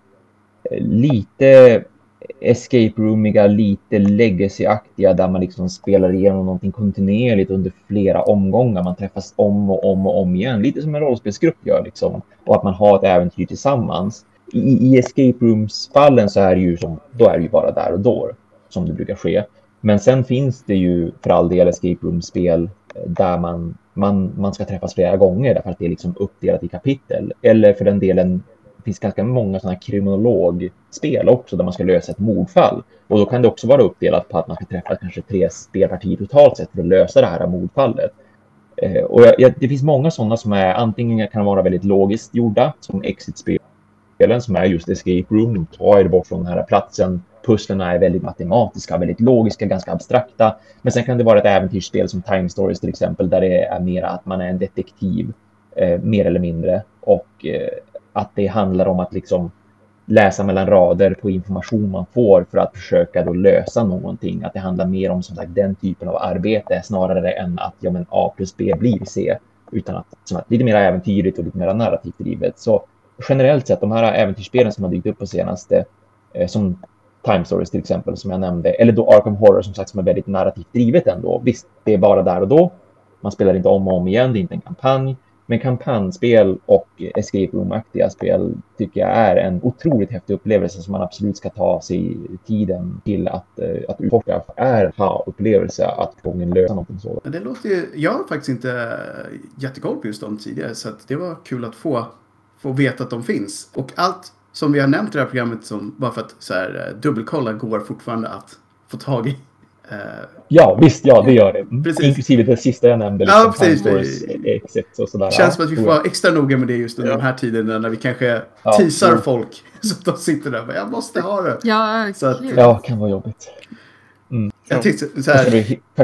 lite escape roomiga, lite legacy-aktiga, där man liksom spelar igenom någonting kontinuerligt under flera omgångar. Man träffas om och om och om igen, lite som en rollspelsgrupp gör liksom, och att man har ett äventyr tillsammans. I, i escape rooms-fallen så är det ju som, då är det ju bara där och då som det brukar ske. Men sen finns det ju för all del escape room-spel där man, man, man ska träffas flera gånger därför att det är liksom uppdelat i kapitel. Eller för den delen det finns ganska många sådana kriminologspel också där man ska lösa ett mordfall. Och då kan det också vara uppdelat på att man ska träffa kanske tre spelpartier totalt sett för att lösa det här mordfallet. Eh, och jag, jag, det finns många sådana som är antingen kan vara väldigt logiskt gjorda som exit-spelen som är just escape room. De tar er bort från den här platsen. Pusslerna är väldigt matematiska, väldigt logiska, ganska abstrakta. Men sen kan det vara ett äventyrsspel som Time Stories till exempel där det är mer att man är en detektiv eh, mer eller mindre. Och eh, att det handlar om att liksom läsa mellan rader på information man får för att försöka då lösa någonting. Att det handlar mer om som sagt den typen av arbete snarare än att ja, men A plus B blir C. Utan att, som att lite mer äventyrligt och lite mer narrativt drivet. Så generellt sett de här äventyrsspelen som har dykt upp på senaste eh, som Time Stories till exempel som jag nämnde. Eller då Arkham Horror som sagt som är väldigt narrativt drivet ändå. Visst, det är bara där och då. Man spelar inte om och om igen, det är inte en kampanj. Men kampanjspel och escape room-aktiga spel tycker jag är en otroligt häftig upplevelse som man absolut ska ta sig tiden till att, att utforska. Är ha-upplevelse att gången lösa någonting sådant. Det låter ju, jag har faktiskt inte jättekoll på just dem tidigare så att det var kul att få, få veta att de finns. Och allt som vi har nämnt i det här programmet som bara för att så här, dubbelkolla går fortfarande att få tag i. Uh, ja, visst, ja, det gör det. Precis. Inklusive det sista jag nämnde. Ja, liksom, precis. Stories, exit och sådär. Det känns ja, som att vi får vara extra noga med det just under ja. de här tiderna när vi kanske ja, teasar ja. folk så att de sitter där och bara, jag måste ha det. Ja, så att, ja kan vara jobbigt. Mm. Jag tyckte så här...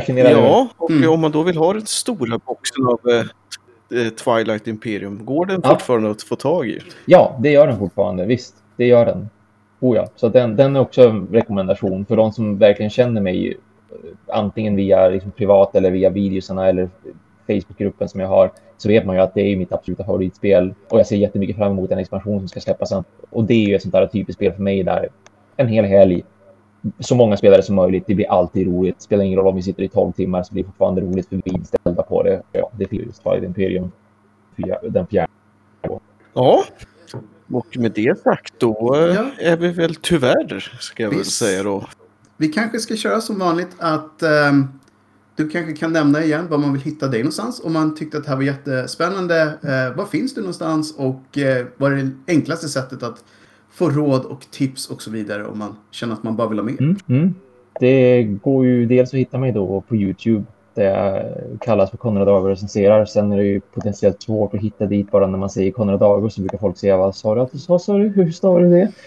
Ja, och mm. om man då vill ha den stora boxen av eh, Twilight Imperium, går den ja. fortfarande att få tag i? Ja, det gör den fortfarande, visst. Det gör den. Oh ja. Så den, den är också en rekommendation för de som verkligen känner mig antingen via liksom privat eller via videosarna eller Facebookgruppen som jag har, så vet man ju att det är mitt absoluta favoritspel och jag ser jättemycket fram emot en expansion som ska släppas sen. Och det är ju ett sånt där typiskt spel för mig där en hel helg så många spelare som möjligt, det blir alltid roligt. Spelar ingen roll om vi sitter i tolv timmar så blir det fortfarande roligt för vi är inställda på det. Ja, det är just Twilight Imperium den fjärde. Ja, och med det sagt då ja. är vi väl tyvärr ska jag Visst. väl säga då. Vi kanske ska köra som vanligt att um, du kanske kan nämna igen var man vill hitta dig någonstans. Om man tyckte att det här var jättespännande. Uh, var finns du någonstans? Och uh, vad är det enklaste sättet att få råd och tips och så vidare om man känner att man bara vill ha med? Mm, mm. Det går ju dels att hitta mig då på YouTube. Det jag kallas för Konrad Dago recenserar. Sen är det ju potentiellt svårt att hitta dit bara när man säger Konrad Dago så brukar folk säga vad sa du att du sa? Sa du? Hur sa du det?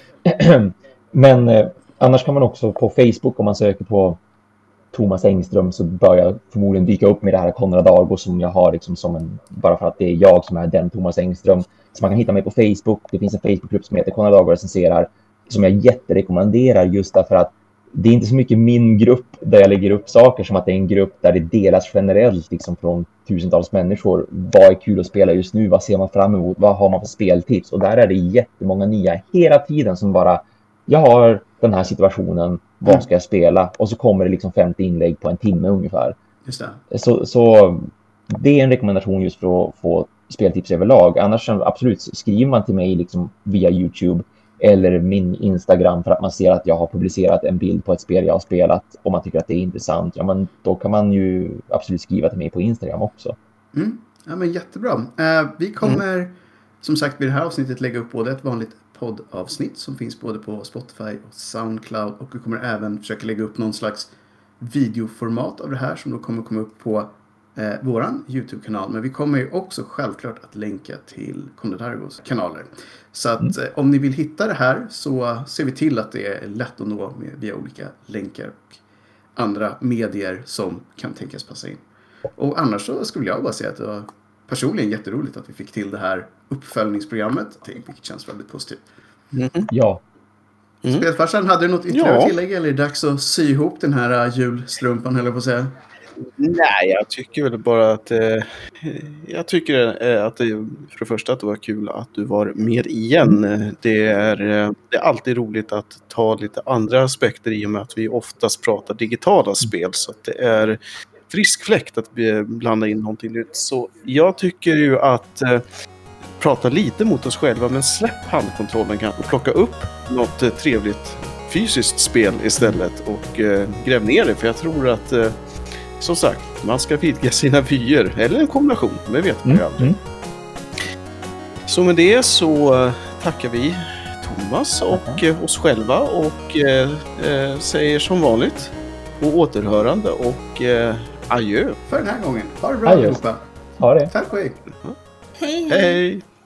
Men... Uh, Annars kan man också på Facebook om man söker på Thomas Engström så bör jag förmodligen dyka upp med det här Konrad Dago som jag har liksom som en, bara för att det är jag som är den Thomas Engström. Så man kan hitta mig på Facebook. Det finns en Facebookgrupp som heter Konrad Dago recenserar som jag jätterekommenderar just därför att det är inte så mycket min grupp där jag lägger upp saker som att det är en grupp där det delas generellt liksom från tusentals människor. Vad är kul att spela just nu? Vad ser man fram emot? Vad har man för speltips? Och där är det jättemånga nya hela tiden som bara jag har den här situationen, vad ska jag spela? Och så kommer det liksom femtio inlägg på en timme ungefär. Just det. Så, så det är en rekommendation just för att få speltips överlag. Annars absolut skriver man till mig liksom via YouTube eller min Instagram för att man ser att jag har publicerat en bild på ett spel jag har spelat och man tycker att det är intressant. Ja, men då kan man ju absolut skriva till mig på Instagram också. Mm. Ja, men jättebra. Uh, vi kommer mm. som sagt vid det här avsnittet lägga upp både ett vanligt poddavsnitt som finns både på Spotify och Soundcloud och vi kommer även försöka lägga upp någon slags videoformat av det här som då kommer komma upp på eh, våran YouTube-kanal. Men vi kommer ju också självklart att länka till Konrad Dagos kanaler. Så att mm. eh, om ni vill hitta det här så ser vi till att det är lätt att nå med, via olika länkar och andra medier som kan tänkas passa in. Och annars så skulle jag bara säga att det var personligen jätteroligt att vi fick till det här uppföljningsprogrammet, vilket känns väldigt positivt. Mm. Ja. Mm. Spelfarsan, hade du något ytterligare ja. tillägg eller är det dags att sy ihop den här julstrumpan, höll jag på att säga? Nej, jag tycker väl bara att eh, jag tycker eh, att det, för det första att det var kul att du var med igen. Det är, eh, det är alltid roligt att ta lite andra aspekter i och med att vi oftast pratar digitala spel så att det är frisk fläkt att blanda in någonting nytt. Så jag tycker ju att eh, prata lite mot oss själva, men släpp handkontrollen kanske och plocka upp något eh, trevligt fysiskt spel istället och eh, gräv ner det, för jag tror att eh, som sagt, man ska vidga sina vyer eller en kombination, det vet man ju Mm, aldrig. mm. Så med det så eh, tackar vi Thomas och eh, oss själva och eh, eh, säger som vanligt på återhörande och eh, adjö. För den här gången. Ha det bra Adjö. allihopa. Ha det. Tack och hej. Hej, hej. Hej!